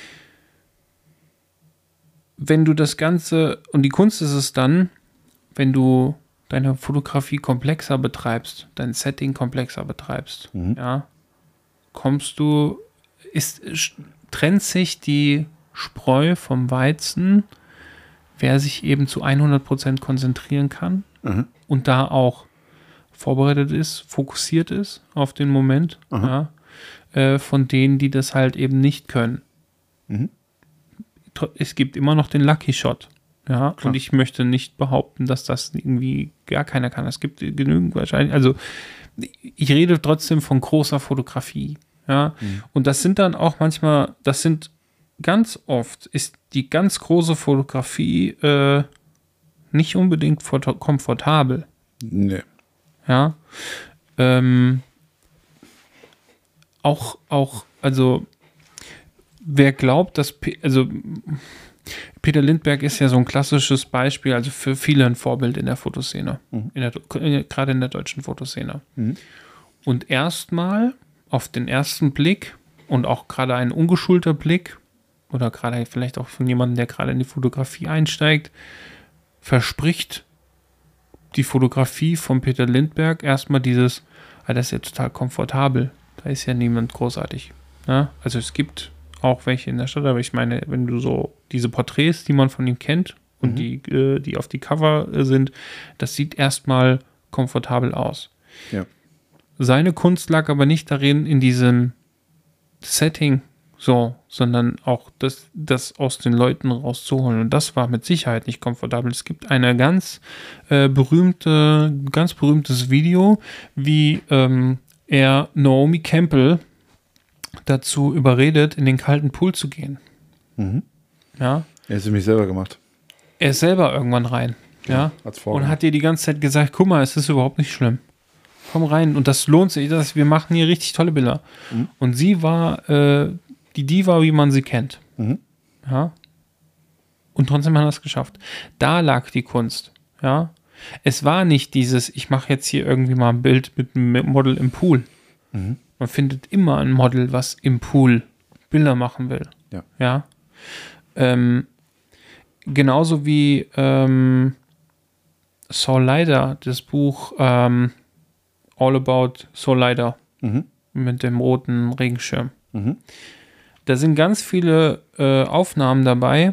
Wenn du das Ganze, und die Kunst ist es dann, wenn du deine Fotografie komplexer betreibst, dein Setting komplexer betreibst, ja, trennt sich die Spreu vom Weizen, wer sich eben zu 100% konzentrieren kann und da auch vorbereitet ist, fokussiert ist auf den Moment, von denen, die das halt eben nicht können. Es gibt immer noch den Lucky Shot. Ja, und ich möchte nicht behaupten, dass das irgendwie gar keiner kann. Es gibt genügend wahrscheinlich, also ich rede trotzdem von großer Fotografie. Ja, und das sind dann auch manchmal, das sind ganz oft, ist die ganz große Fotografie nicht unbedingt komfortabel. Nee. Ja. Also, wer glaubt, dass, Peter Lindbergh ist ja so ein klassisches Beispiel, also für viele ein Vorbild in der Fotoszene, gerade in der deutschen Fotoszene. Und erstmal auf den ersten Blick und auch gerade ein ungeschulter Blick oder gerade vielleicht auch von jemandem, der gerade in die Fotografie einsteigt, verspricht die Fotografie von Peter Lindbergh erstmal dieses, das ist ja total komfortabel, da ist ja niemand großartig. Ne? Also es gibt auch welche in der Stadt, aber ich meine, wenn du so diese Porträts, die man von ihm kennt und die auf die Cover sind, das sieht erstmal komfortabel aus. Ja. Seine Kunst lag aber nicht darin, in diesem Setting sondern auch das aus den Leuten rauszuholen. Und das war mit Sicherheit nicht komfortabel. Es gibt eine ganz berühmtes Video, wie er Naomi Campbell dazu überredet, in den kalten Pool zu gehen. Ja. Er hat es nämlich selber gemacht. Er ist selber irgendwann rein. Ja. Und hat dir die ganze Zeit gesagt, guck mal, es ist überhaupt nicht schlimm. Komm rein. Und das lohnt sich. Wir machen hier richtig tolle Bilder. Und sie war die Diva, wie man sie kennt. Ja. Und trotzdem haben wir es geschafft. Da lag die Kunst. Ja. Es war nicht dieses, ich mache jetzt hier irgendwie mal ein Bild mit einem Model im Pool. Man findet immer ein Model, was im Pool Bilder machen will. Ja. Genauso wie Saul Leiter, das Buch All About Saul Leiter mit dem roten Regenschirm. Da sind ganz viele Aufnahmen dabei,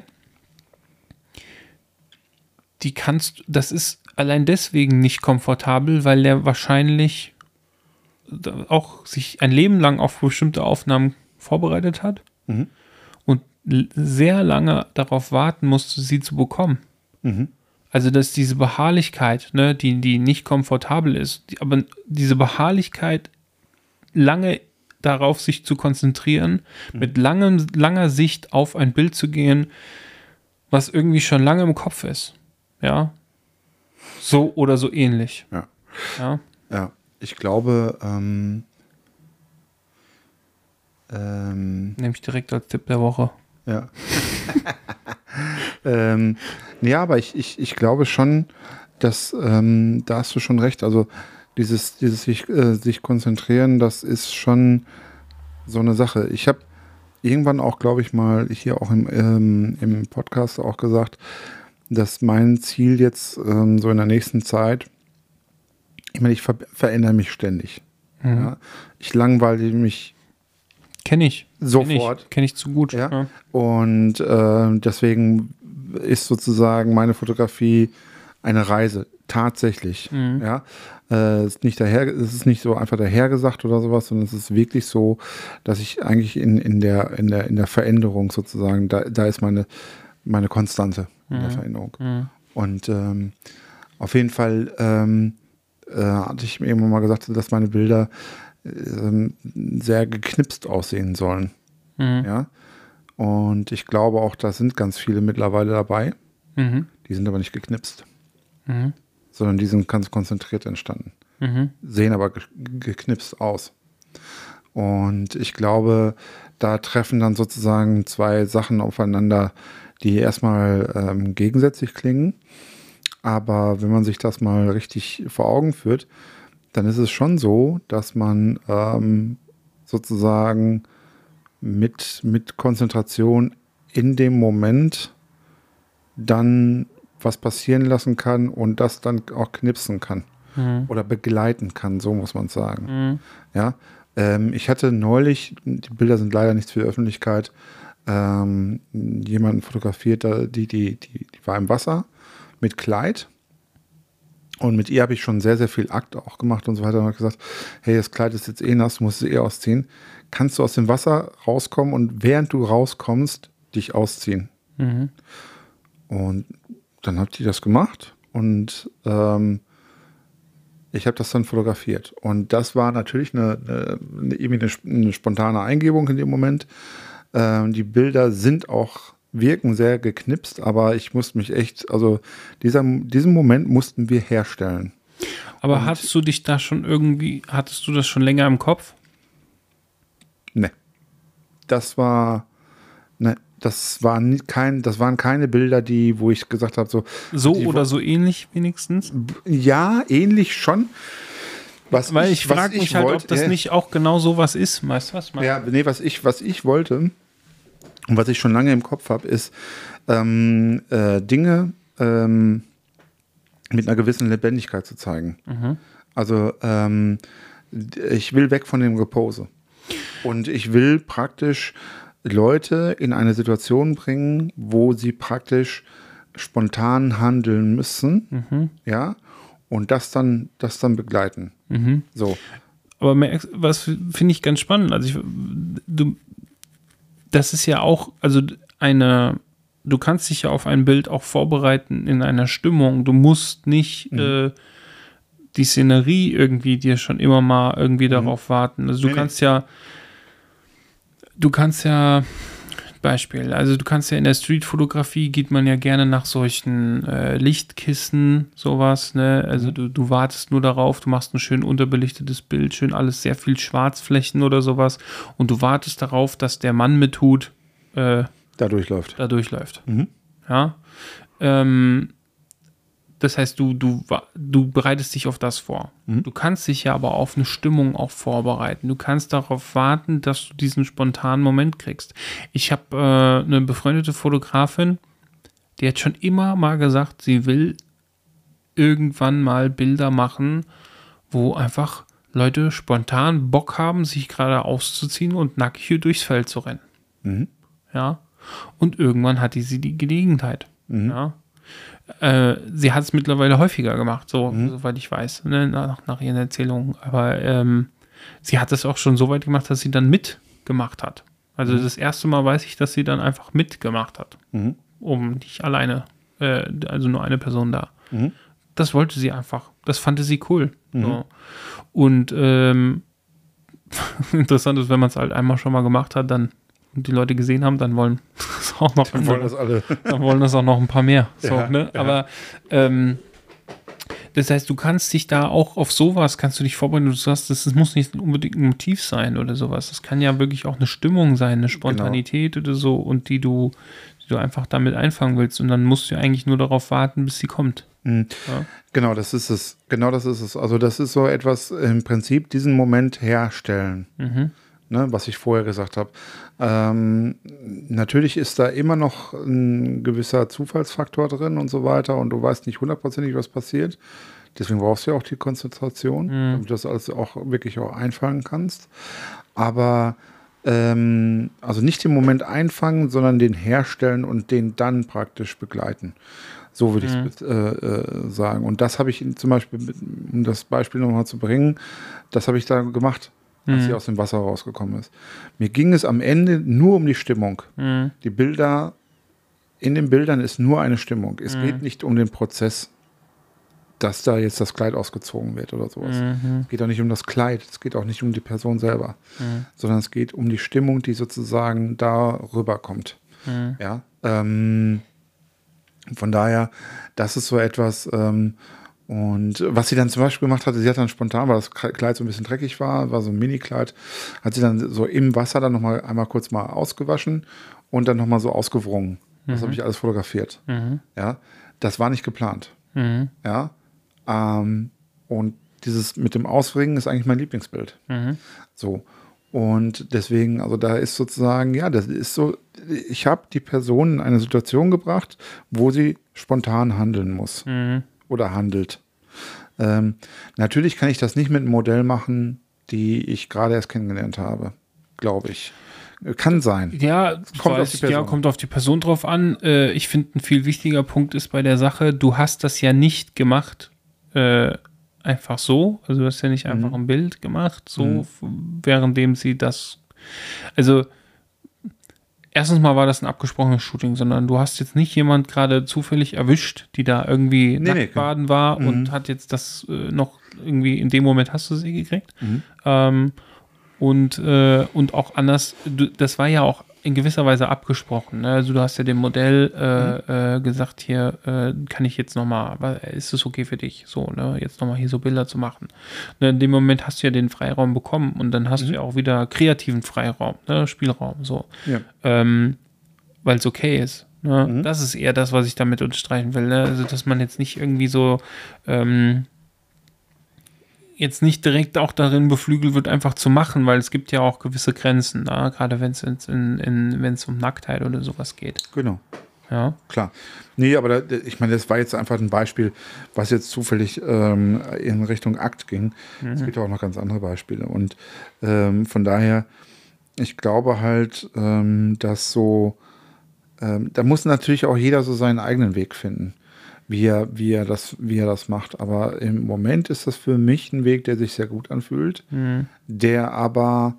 das ist allein deswegen nicht komfortabel, weil der wahrscheinlich auch sich ein Leben lang auf bestimmte Aufnahmen vorbereitet hat und sehr lange darauf warten musste, sie zu bekommen. Also, dass diese Beharrlichkeit, ne, die nicht komfortabel ist, aber diese Beharrlichkeit lange darauf sich zu konzentrieren, mit langer Sicht auf ein Bild zu gehen, was irgendwie schon lange im Kopf ist. Ja. So oder so ähnlich. Ja. Ich glaube, nehme ich direkt als Tipp der Woche. Ja. Ja, aber ich glaube schon, dass da hast du schon recht. Also dieses sich konzentrieren, das ist schon so eine Sache. Ich habe irgendwann auch, glaube ich, mal hier auch im Podcast auch gesagt, dass mein Ziel jetzt so in der nächsten Zeit, ich meine, ich verändere mich ständig. Ja? Ich langweile mich Kenne ich. Sofort. Kenne ich zu gut. Ja? Und deswegen ist sozusagen meine Fotografie eine Reise. Tatsächlich. Ja? Es ist nicht so einfach dahergesagt oder sowas, sondern es ist wirklich so, dass ich eigentlich in der Veränderung sozusagen, da ist meine Konstante in der Veränderung. Und auf jeden Fall hatte ich mir irgendwann mal gesagt, dass meine Bilder sehr geknipst aussehen sollen. Ja? Und ich glaube auch, da sind ganz viele mittlerweile dabei. Die sind aber nicht geknipst. Sondern die sind ganz konzentriert entstanden. Sehen aber geknipst aus. Und ich glaube, da treffen dann sozusagen zwei Sachen aufeinander, die erstmal gegensätzlich klingen. Aber wenn man sich das mal richtig vor Augen führt, dann ist es schon so, dass man sozusagen mit Konzentration in dem Moment dann was passieren lassen kann und das dann auch knipsen kann oder begleiten kann, so muss man sagen. Ja, ich hatte neulich, die Bilder sind leider nichts für die Öffentlichkeit, jemanden fotografiert, die war im Wasser mit Kleid. Und mit ihr habe ich schon sehr, sehr viel Akt auch gemacht und so weiter. Und habe gesagt, hey, das Kleid ist jetzt eh nass, du musst es eh ausziehen. Kannst du aus dem Wasser rauskommen und während du rauskommst, dich ausziehen? Mhm. Und dann hat die das gemacht und ich habe das dann fotografiert. Und das war natürlich irgendwie eine spontane Eingebung in dem Moment. Die Bilder wirken sehr geknipst, aber ich musste mich echt, also diesen Moment mussten wir herstellen. Aber hattest du das schon länger im Kopf? Ne. Das waren keine Bilder, wo ich gesagt habe, so oder so ähnlich wenigstens? Ja, ähnlich schon. Weil ich frage mich halt, ob das nicht auch genau sowas ist. Weißt du, was ich meine? Ja, nee, was ich wollte und was ich schon lange im Kopf habe, ist Dinge mit einer gewissen Lebendigkeit zu zeigen. Mhm. Also ich will weg von dem Gepose. Und ich will praktisch Leute in eine Situation bringen, wo sie praktisch spontan handeln müssen, ja, und das dann begleiten. Mhm. So. Aber was finde ich ganz spannend, also das ist ja auch, also du kannst dich ja auf ein Bild auch vorbereiten in einer Stimmung. Du musst nicht die Szenerie irgendwie dir schon immer mal irgendwie darauf warten. Also du kannst ja Beispiel, also du kannst ja in der Streetfotografie geht man ja gerne nach solchen Lichtkissen, sowas, ne? Also du wartest nur darauf, du machst ein schön unterbelichtetes Bild, schön alles, sehr viel Schwarzflächen oder sowas und du wartest darauf, dass der Mann mit Hut da durchläuft. Mhm. Ja. Das heißt, du bereitest dich auf das vor. Du kannst dich ja aber auf eine Stimmung auch vorbereiten. Du kannst darauf warten, dass du diesen spontanen Moment kriegst. Ich habe eine befreundete Fotografin, die hat schon immer mal gesagt, sie will irgendwann mal Bilder machen, wo einfach Leute spontan Bock haben, sich gerade auszuziehen und nackig hier durchs Feld zu rennen. Mhm. Ja. Und irgendwann hatte sie die Gelegenheit. Ja. Sie hat es mittlerweile häufiger gemacht, soweit ich weiß, ne, nach ihren Erzählungen. Aber sie hat es auch schon so weit gemacht, dass sie dann mitgemacht hat. Also das erste Mal weiß ich, dass sie dann einfach mitgemacht hat. Um nicht alleine, also nur eine Person da. Das wollte sie einfach. Das fand sie cool. So. Und interessant ist, wenn man es halt einmal schon mal gemacht hat, dann und die Leute gesehen haben, dann wollen das auch noch Dann wollen das alle. Dann wollen das auch noch ein paar mehr. So, Ja, ne? ja. Aber das heißt, du kannst dich da auch auf sowas, kannst du dich vorbereiten, du sagst, das muss nicht unbedingt ein Motiv sein oder sowas. Das kann ja wirklich auch eine Stimmung sein, eine Spontanität oder so und die du einfach damit einfangen willst und dann musst du eigentlich nur darauf warten, bis sie kommt. Ja. Genau, das ist es. Also das ist so etwas im Prinzip, diesen Moment herstellen. Ne, was ich vorher gesagt habe. Natürlich ist da immer noch ein gewisser Zufallsfaktor drin und so weiter und du weißt nicht hundertprozentig, was passiert. Deswegen brauchst du ja auch die Konzentration, damit du das alles auch wirklich auch einfangen kannst. Aber also nicht den Moment einfangen, sondern den herstellen und den dann praktisch begleiten. So würde ich es sagen. Und das habe ich zum Beispiel, um das Beispiel nochmal zu bringen, das habe ich da gemacht, als sie aus dem Wasser rausgekommen ist. Mir ging es am Ende nur um die Stimmung. Die Bilder, in den Bildern ist nur eine Stimmung. Es geht nicht um den Prozess, dass da jetzt das Kleid ausgezogen wird oder sowas. Es geht auch nicht um das Kleid, es geht auch nicht um die Person selber, sondern es geht um die Stimmung, die sozusagen da rüberkommt. Ja, von daher, das ist so etwas, und was sie dann zum Beispiel gemacht hatte, sie hat dann spontan, weil das Kleid so ein bisschen dreckig war so ein Mini-Kleid, hat sie dann so im Wasser dann nochmal einmal kurz mal ausgewaschen und dann nochmal so ausgewrungen. Das habe ich alles fotografiert. Ja, das war nicht geplant. Ja, und dieses mit dem Auswringen ist eigentlich mein Lieblingsbild. So. Und deswegen, also da ist sozusagen, ja, das ist so, ich habe die Person in eine Situation gebracht, wo sie spontan handeln muss. Oder handelt. Natürlich kann ich das nicht mit einem Modell machen, die ich gerade erst kennengelernt habe, glaube ich. Kann sein. Ja, Kommt auf die Person. kommt auf die Person drauf an. Ich finde, ein viel wichtiger Punkt ist bei der Sache, du hast das ja nicht gemacht, einfach so. Also du hast ja nicht einfach ein Bild gemacht, so, währenddem sie das. Also, erstens mal war das ein abgesprochenes Shooting, sondern du hast jetzt nicht jemand gerade zufällig erwischt, die da irgendwie nackt baden war und hat jetzt das noch irgendwie, in dem Moment hast du sie gekriegt. Und auch anders, das war ja auch in gewisser Weise abgesprochen. Ne? Also du hast ja dem Modell gesagt, hier kann ich jetzt nochmal, ist es okay für dich, so, ne, jetzt nochmal hier so Bilder zu machen. Ne, in dem Moment hast du ja den Freiraum bekommen und dann hast du ja auch wieder kreativen Freiraum, ne, Spielraum, so. Ja. Weil es okay ist. Ne? Das ist eher das, was ich damit unterstreichen will. Ne? Also, dass man jetzt nicht irgendwie so jetzt nicht direkt auch darin beflügelt wird, einfach zu machen, weil es gibt ja auch gewisse Grenzen, ne? Gerade wenn es um Nacktheit oder sowas geht. Genau. Ja. Klar. Nee, aber ich meine, das war jetzt einfach ein Beispiel, was jetzt zufällig in Richtung Akt ging. Es gibt ja auch noch ganz andere Beispiele. Und von daher, ich glaube halt, dass so, da muss natürlich auch jeder so seinen eigenen Weg finden, wie er das macht. Aber im Moment ist das für mich ein Weg, der sich sehr gut anfühlt, der aber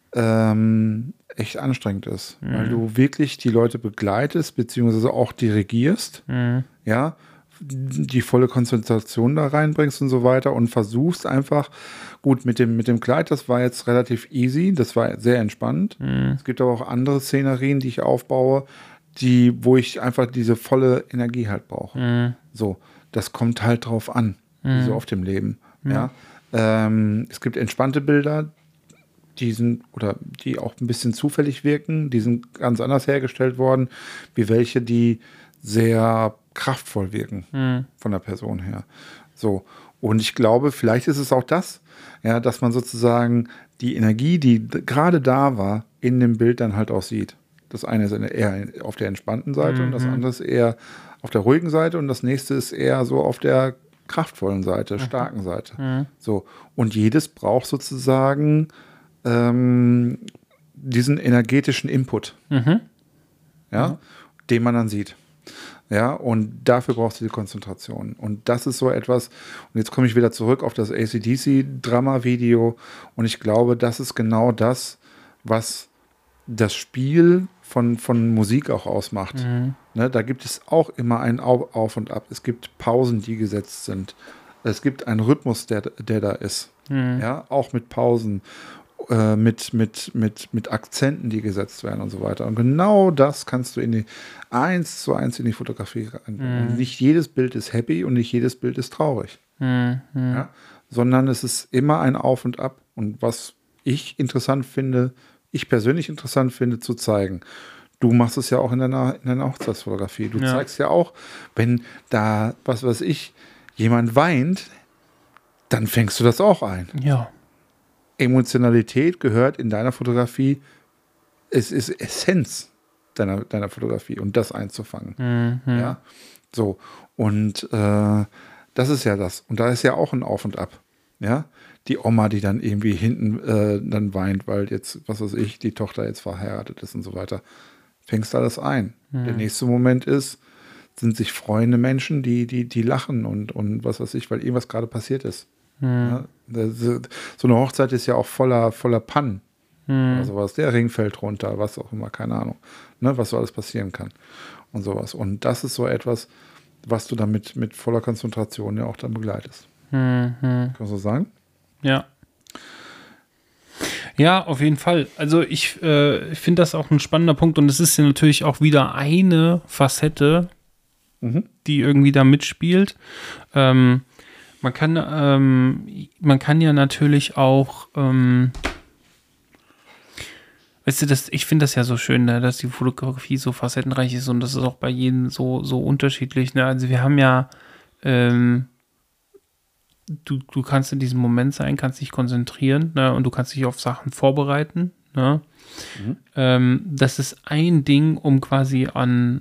echt anstrengend ist, weil du wirklich die Leute begleitest, beziehungsweise auch dirigierst, ja, die volle Konzentration da reinbringst und so weiter und versuchst einfach, gut, mit dem Kleid, das war jetzt relativ easy, das war sehr entspannt. Es gibt aber auch andere Szenerien, die ich aufbaue, wo ich einfach diese volle Energie halt brauche. So, das kommt halt drauf an, wie so auf dem Leben. Ja. Es gibt entspannte Bilder, die auch ein bisschen zufällig wirken, die sind ganz anders hergestellt worden, wie welche, die sehr kraftvoll wirken von der Person her. So, und ich glaube, vielleicht ist es auch das, ja, dass man sozusagen die Energie, die gerade da war, in dem Bild dann halt auch sieht. Das eine ist eher auf der entspannten Seite und das andere ist eher auf der ruhigen Seite und das nächste ist eher so auf der kraftvollen Seite, starken Seite. So, und jedes braucht sozusagen diesen energetischen Input, ja, den man dann sieht. Ja, und dafür brauchst du die Konzentration. Und das ist so etwas, und jetzt komme ich wieder zurück auf das AC/DC-Drama-Video und ich glaube, das ist genau das, was das Spiel von Musik auch ausmacht. Ne, da gibt es auch immer ein Auf und Ab. Es gibt Pausen, die gesetzt sind. Es gibt einen Rhythmus, der da ist. Ja, auch mit Pausen, mit Akzenten, die gesetzt werden und so weiter. Und genau das kannst du 1:1 in die Fotografie reinbringen. Und nicht jedes Bild ist happy und nicht jedes Bild ist traurig. Ja, sondern es ist immer ein Auf und Ab. Und was ich persönlich interessant finde, zu zeigen. Du machst es ja auch in deiner Hochzeitsfotografie. Du zeigst ja auch, wenn da, was weiß ich, jemand weint, dann fängst du das auch ein. Ja. Emotionalität gehört in deiner Fotografie, es ist Essenz deiner Fotografie und das einzufangen. Ja, so. Und das ist ja das. Und da ist ja auch ein Auf und Ab. Ja, die Oma, die dann irgendwie hinten dann weint, weil jetzt, was weiß ich, die Tochter jetzt verheiratet ist und so weiter. Fängst alles ein. Der nächste Moment sind sich freuende Menschen, die lachen und was weiß ich, weil irgendwas gerade passiert ist. Ja, so eine Hochzeit ist ja auch voller Pannen. Oder sowas. Der Ring fällt runter, was auch immer, keine Ahnung. Ne, was so alles passieren kann. Und sowas. Und das ist so etwas, was du dann mit voller Konzentration ja auch dann begleitest. Kann man so sagen? Ja. Ja, auf jeden Fall. Also ich finde das auch ein spannender Punkt und es ist ja natürlich auch wieder eine Facette, die irgendwie da mitspielt. Man kann ja natürlich auch weißt du, ich finde das ja so schön, ne, dass die Fotografie so facettenreich ist und das ist auch bei jedem so unterschiedlich. Ne? Also wir haben ja du kannst in diesem Moment sein, kannst dich konzentrieren, ne, und du kannst dich auf Sachen vorbereiten. Ne? Das ist ein Ding, um quasi an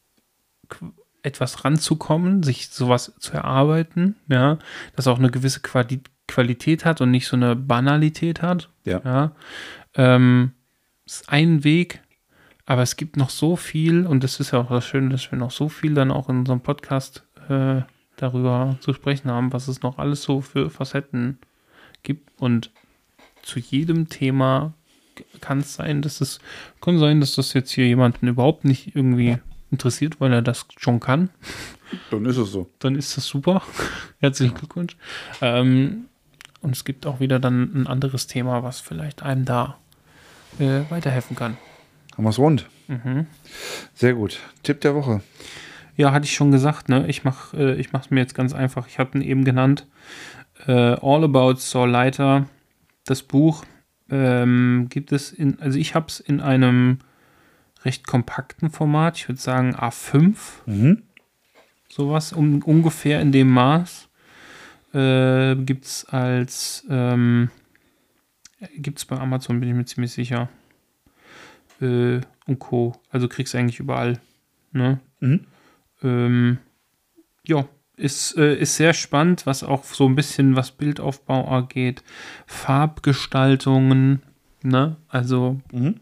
etwas ranzukommen, sich sowas zu erarbeiten, ja, das auch eine gewisse Qualität hat und nicht so eine Banalität hat. Ja. Ja? ist ein Weg, aber es gibt noch so viel und das ist ja auch das Schöne, dass wir noch so viel dann auch in unserem Podcast darüber zu sprechen haben, was es noch alles so für Facetten gibt und zu jedem Thema kann sein, dass das jetzt hier jemanden überhaupt nicht irgendwie interessiert, weil er das schon kann. Dann ist es so. Dann ist das super. Herzlichen Glückwunsch. Und es gibt auch wieder dann ein anderes Thema, was vielleicht einem da weiterhelfen kann. Haben wir es rund. Mhm. Sehr gut. Tipp der Woche. Ja, hatte ich schon gesagt, ne? Ich mach's mir jetzt ganz einfach. Ich habe ihn eben genannt. All About Saul Leiter. Das Buch gibt es also ich habe es in einem recht kompakten Format. Ich würde sagen A5. Sowas ungefähr in dem Maß. Gibt es gibt's bei Amazon, bin ich mir ziemlich sicher. Und Co. Also kriegst du eigentlich überall. Ne? Ja, ist sehr spannend, was auch so ein bisschen was Bildaufbau angeht. Farbgestaltungen, ne? Also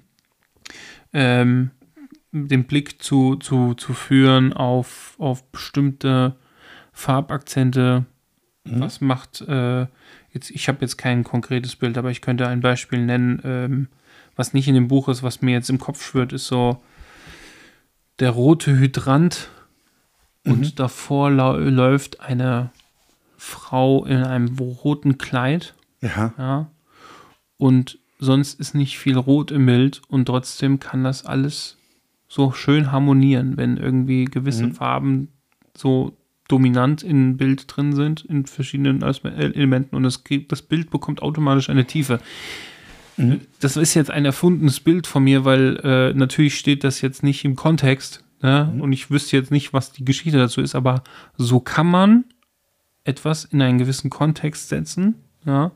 den Blick zu führen auf bestimmte Farbakzente. Was macht ich habe jetzt kein konkretes Bild, aber ich könnte ein Beispiel nennen, was nicht in dem Buch ist, was mir jetzt im Kopf schwirrt, ist so der rote Hydrant und davor läuft eine Frau in einem roten Kleid. Ja. Und sonst ist nicht viel Rot im Bild und trotzdem kann das alles so schön harmonieren, wenn irgendwie gewisse Farben so dominant in Bild drin sind, in verschiedenen Elementen und das Bild bekommt automatisch eine Tiefe. Das ist jetzt ein erfundenes Bild von mir, weil natürlich steht das jetzt nicht im Kontext, ne? Und ich wüsste jetzt nicht, was die Geschichte dazu ist, aber so kann man etwas in einen gewissen Kontext setzen, ja?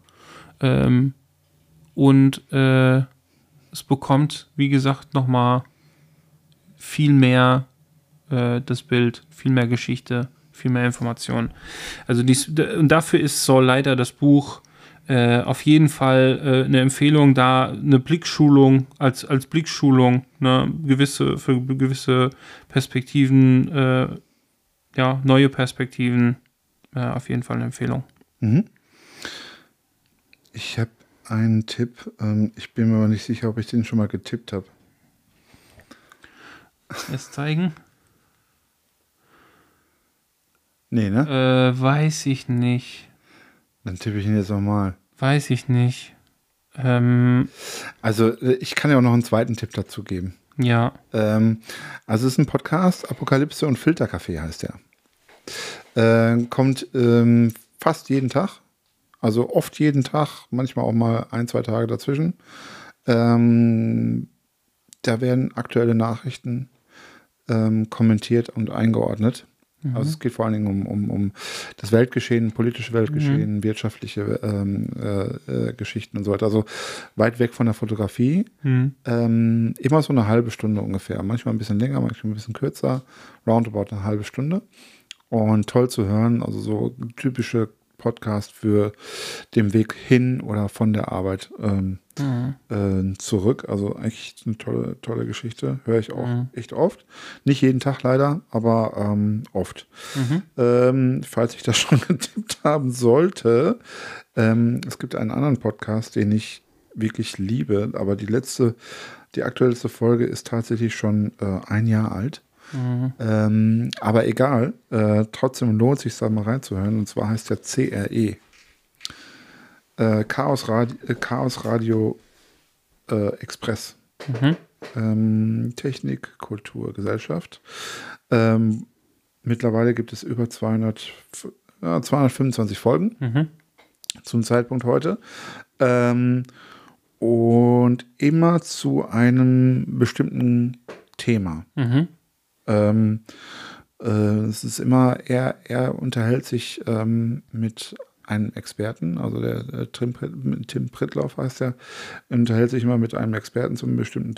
Und es bekommt, wie gesagt, nochmal viel mehr das Bild, viel mehr Geschichte, viel mehr Informationen. Also und dafür ist Saul Leiter das Buch auf jeden Fall eine Empfehlung, da eine Blickschulung als Blickschulung, ne, für gewisse Perspektiven, neue Perspektiven, auf jeden Fall eine Empfehlung. Ich habe einen Tipp, ich bin mir aber nicht sicher, ob ich den schon mal getippt habe. Es zeigen? Nee, ne? Weiß ich nicht. Dann tippe ich ihn jetzt nochmal. Weiß ich nicht. Also, ich kann ja auch noch einen zweiten Tipp dazu geben. Ja. Also, es ist ein Podcast, Apokalypse und Filterkaffee heißt der. Kommt fast jeden Tag. Also oft jeden Tag, manchmal auch mal 1-2 Tage dazwischen. Da werden aktuelle Nachrichten kommentiert und eingeordnet. Also es geht vor allen Dingen um das Weltgeschehen, politische Weltgeschehen, wirtschaftliche Geschichten und so weiter. Also weit weg von der Fotografie. Immer so eine halbe Stunde ungefähr. Manchmal ein bisschen länger, manchmal ein bisschen kürzer. Roundabout eine halbe Stunde. Und toll zu hören. Also so typische Podcast für den Weg hin oder von der Arbeit zurück. Also echt eine tolle Geschichte. Höre ich auch echt oft. Nicht jeden Tag leider, aber oft. Falls ich das schon getippt haben sollte, es gibt einen anderen Podcast, den ich wirklich liebe, aber die aktuellste Folge ist tatsächlich schon 1 Jahr alt. Aber egal, trotzdem lohnt es sich da mal reinzuhören. Und zwar heißt der CRE. Chaos Radio Express. Technik, Kultur, Gesellschaft. Mittlerweile gibt es über 225 Folgen zum Zeitpunkt heute. Und immer zu einem bestimmten Thema. Es ist immer, er unterhält sich mit einem Experten, also der Tim Prittlauf heißt er, unterhält sich immer mit einem Experten zu einem bestimmten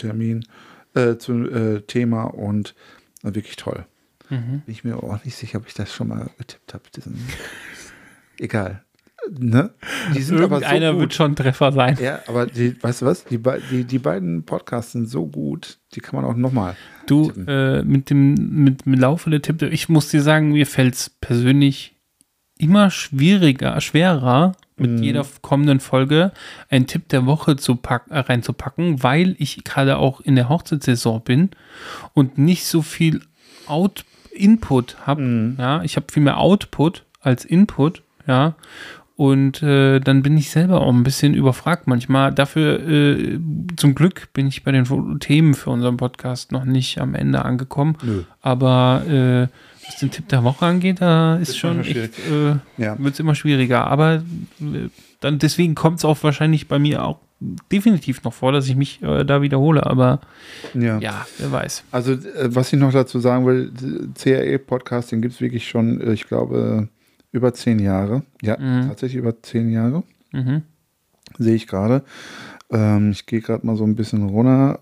Thema und wirklich toll. Bin ich mir auch nicht sicher, ob ich das schon mal getippt habe. Egal. Ne? Die sind aber so Irgendeiner gut. wird schon ein Treffer sein. Ja, aber weißt du was? Die beiden Podcasts sind so gut, die kann man auch nochmal. Du, mit dem Laufe der Tipps, ich muss dir sagen, mir fällt es persönlich immer schwerer, mit jeder kommenden Folge einen Tipp der Woche reinzupacken, weil ich gerade auch in der Hochzeitssaison bin und nicht so viel Input habe. Ja, ich habe viel mehr Output als Input, ja. Und dann bin ich selber auch ein bisschen überfragt manchmal. Dafür, zum Glück, bin ich bei den Themen für unseren Podcast noch nicht am Ende angekommen. Nö. Aber was den Tipp der Woche angeht, da ist schon echt, wird es immer schwieriger. Aber dann deswegen kommt es auch wahrscheinlich bei mir auch definitiv noch vor, dass ich mich da wiederhole. Aber ja, wer weiß. Also, was ich noch dazu sagen will, CRE-Podcast, den gibt es wirklich schon, ich glaube, über 10 Jahre. Ja, tatsächlich über 10 Jahre. Sehe ich gerade. Ich gehe gerade mal so ein bisschen runter.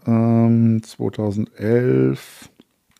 2011,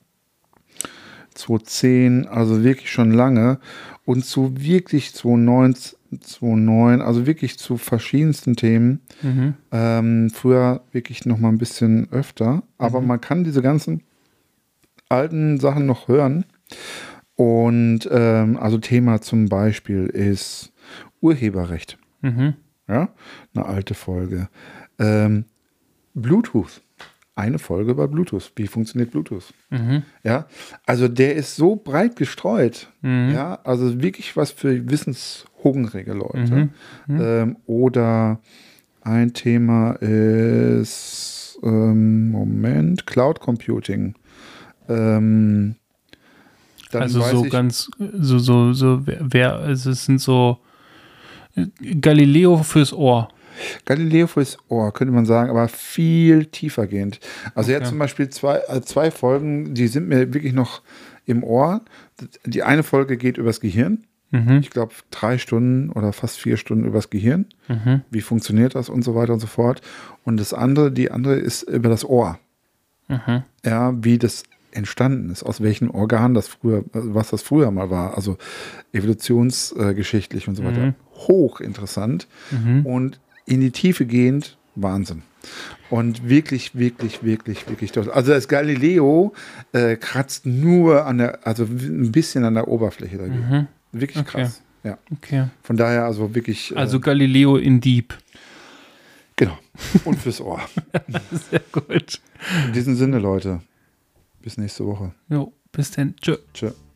2010, also wirklich schon lange. Und zu wirklich 2009, also wirklich zu verschiedensten Themen. Früher wirklich noch mal ein bisschen öfter. Aber man kann diese ganzen alten Sachen noch hören. Und also Thema zum Beispiel ist Urheberrecht. Ja, eine alte Folge. Bluetooth. Eine Folge bei Bluetooth. Wie funktioniert Bluetooth? Ja, also der ist so breit gestreut. Ja, also wirklich was für wissenshungrige Leute. Oder ein Thema ist Cloud Computing. Dann also so ganz, also es sind so Galileo fürs Ohr. Galileo fürs Ohr, könnte man sagen, aber viel tiefergehend. Also er hat zum Beispiel zwei Folgen, die sind mir wirklich noch im Ohr. Die eine Folge geht übers Gehirn. Ich glaube 3 Stunden oder fast 4 Stunden übers Gehirn. Wie funktioniert das und so weiter und so fort. Und die andere ist über das Ohr. Ja, wie das entstanden ist, aus welchen Organen was das früher mal war, also evolutionsgeschichtlich und so weiter. Hochinteressant und in die Tiefe gehend Wahnsinn. Und wirklich, wirklich, wirklich, wirklich toll. Also das Galileo kratzt nur also ein bisschen an der Oberfläche dagegen. Wirklich krass. Ja. Okay. Von daher also wirklich. Also Galileo in Deep. Genau. Und fürs Ohr. Sehr gut. In diesem Sinne, Leute. Bis nächste Woche. Jo, bis dann. Tschö. Tschö.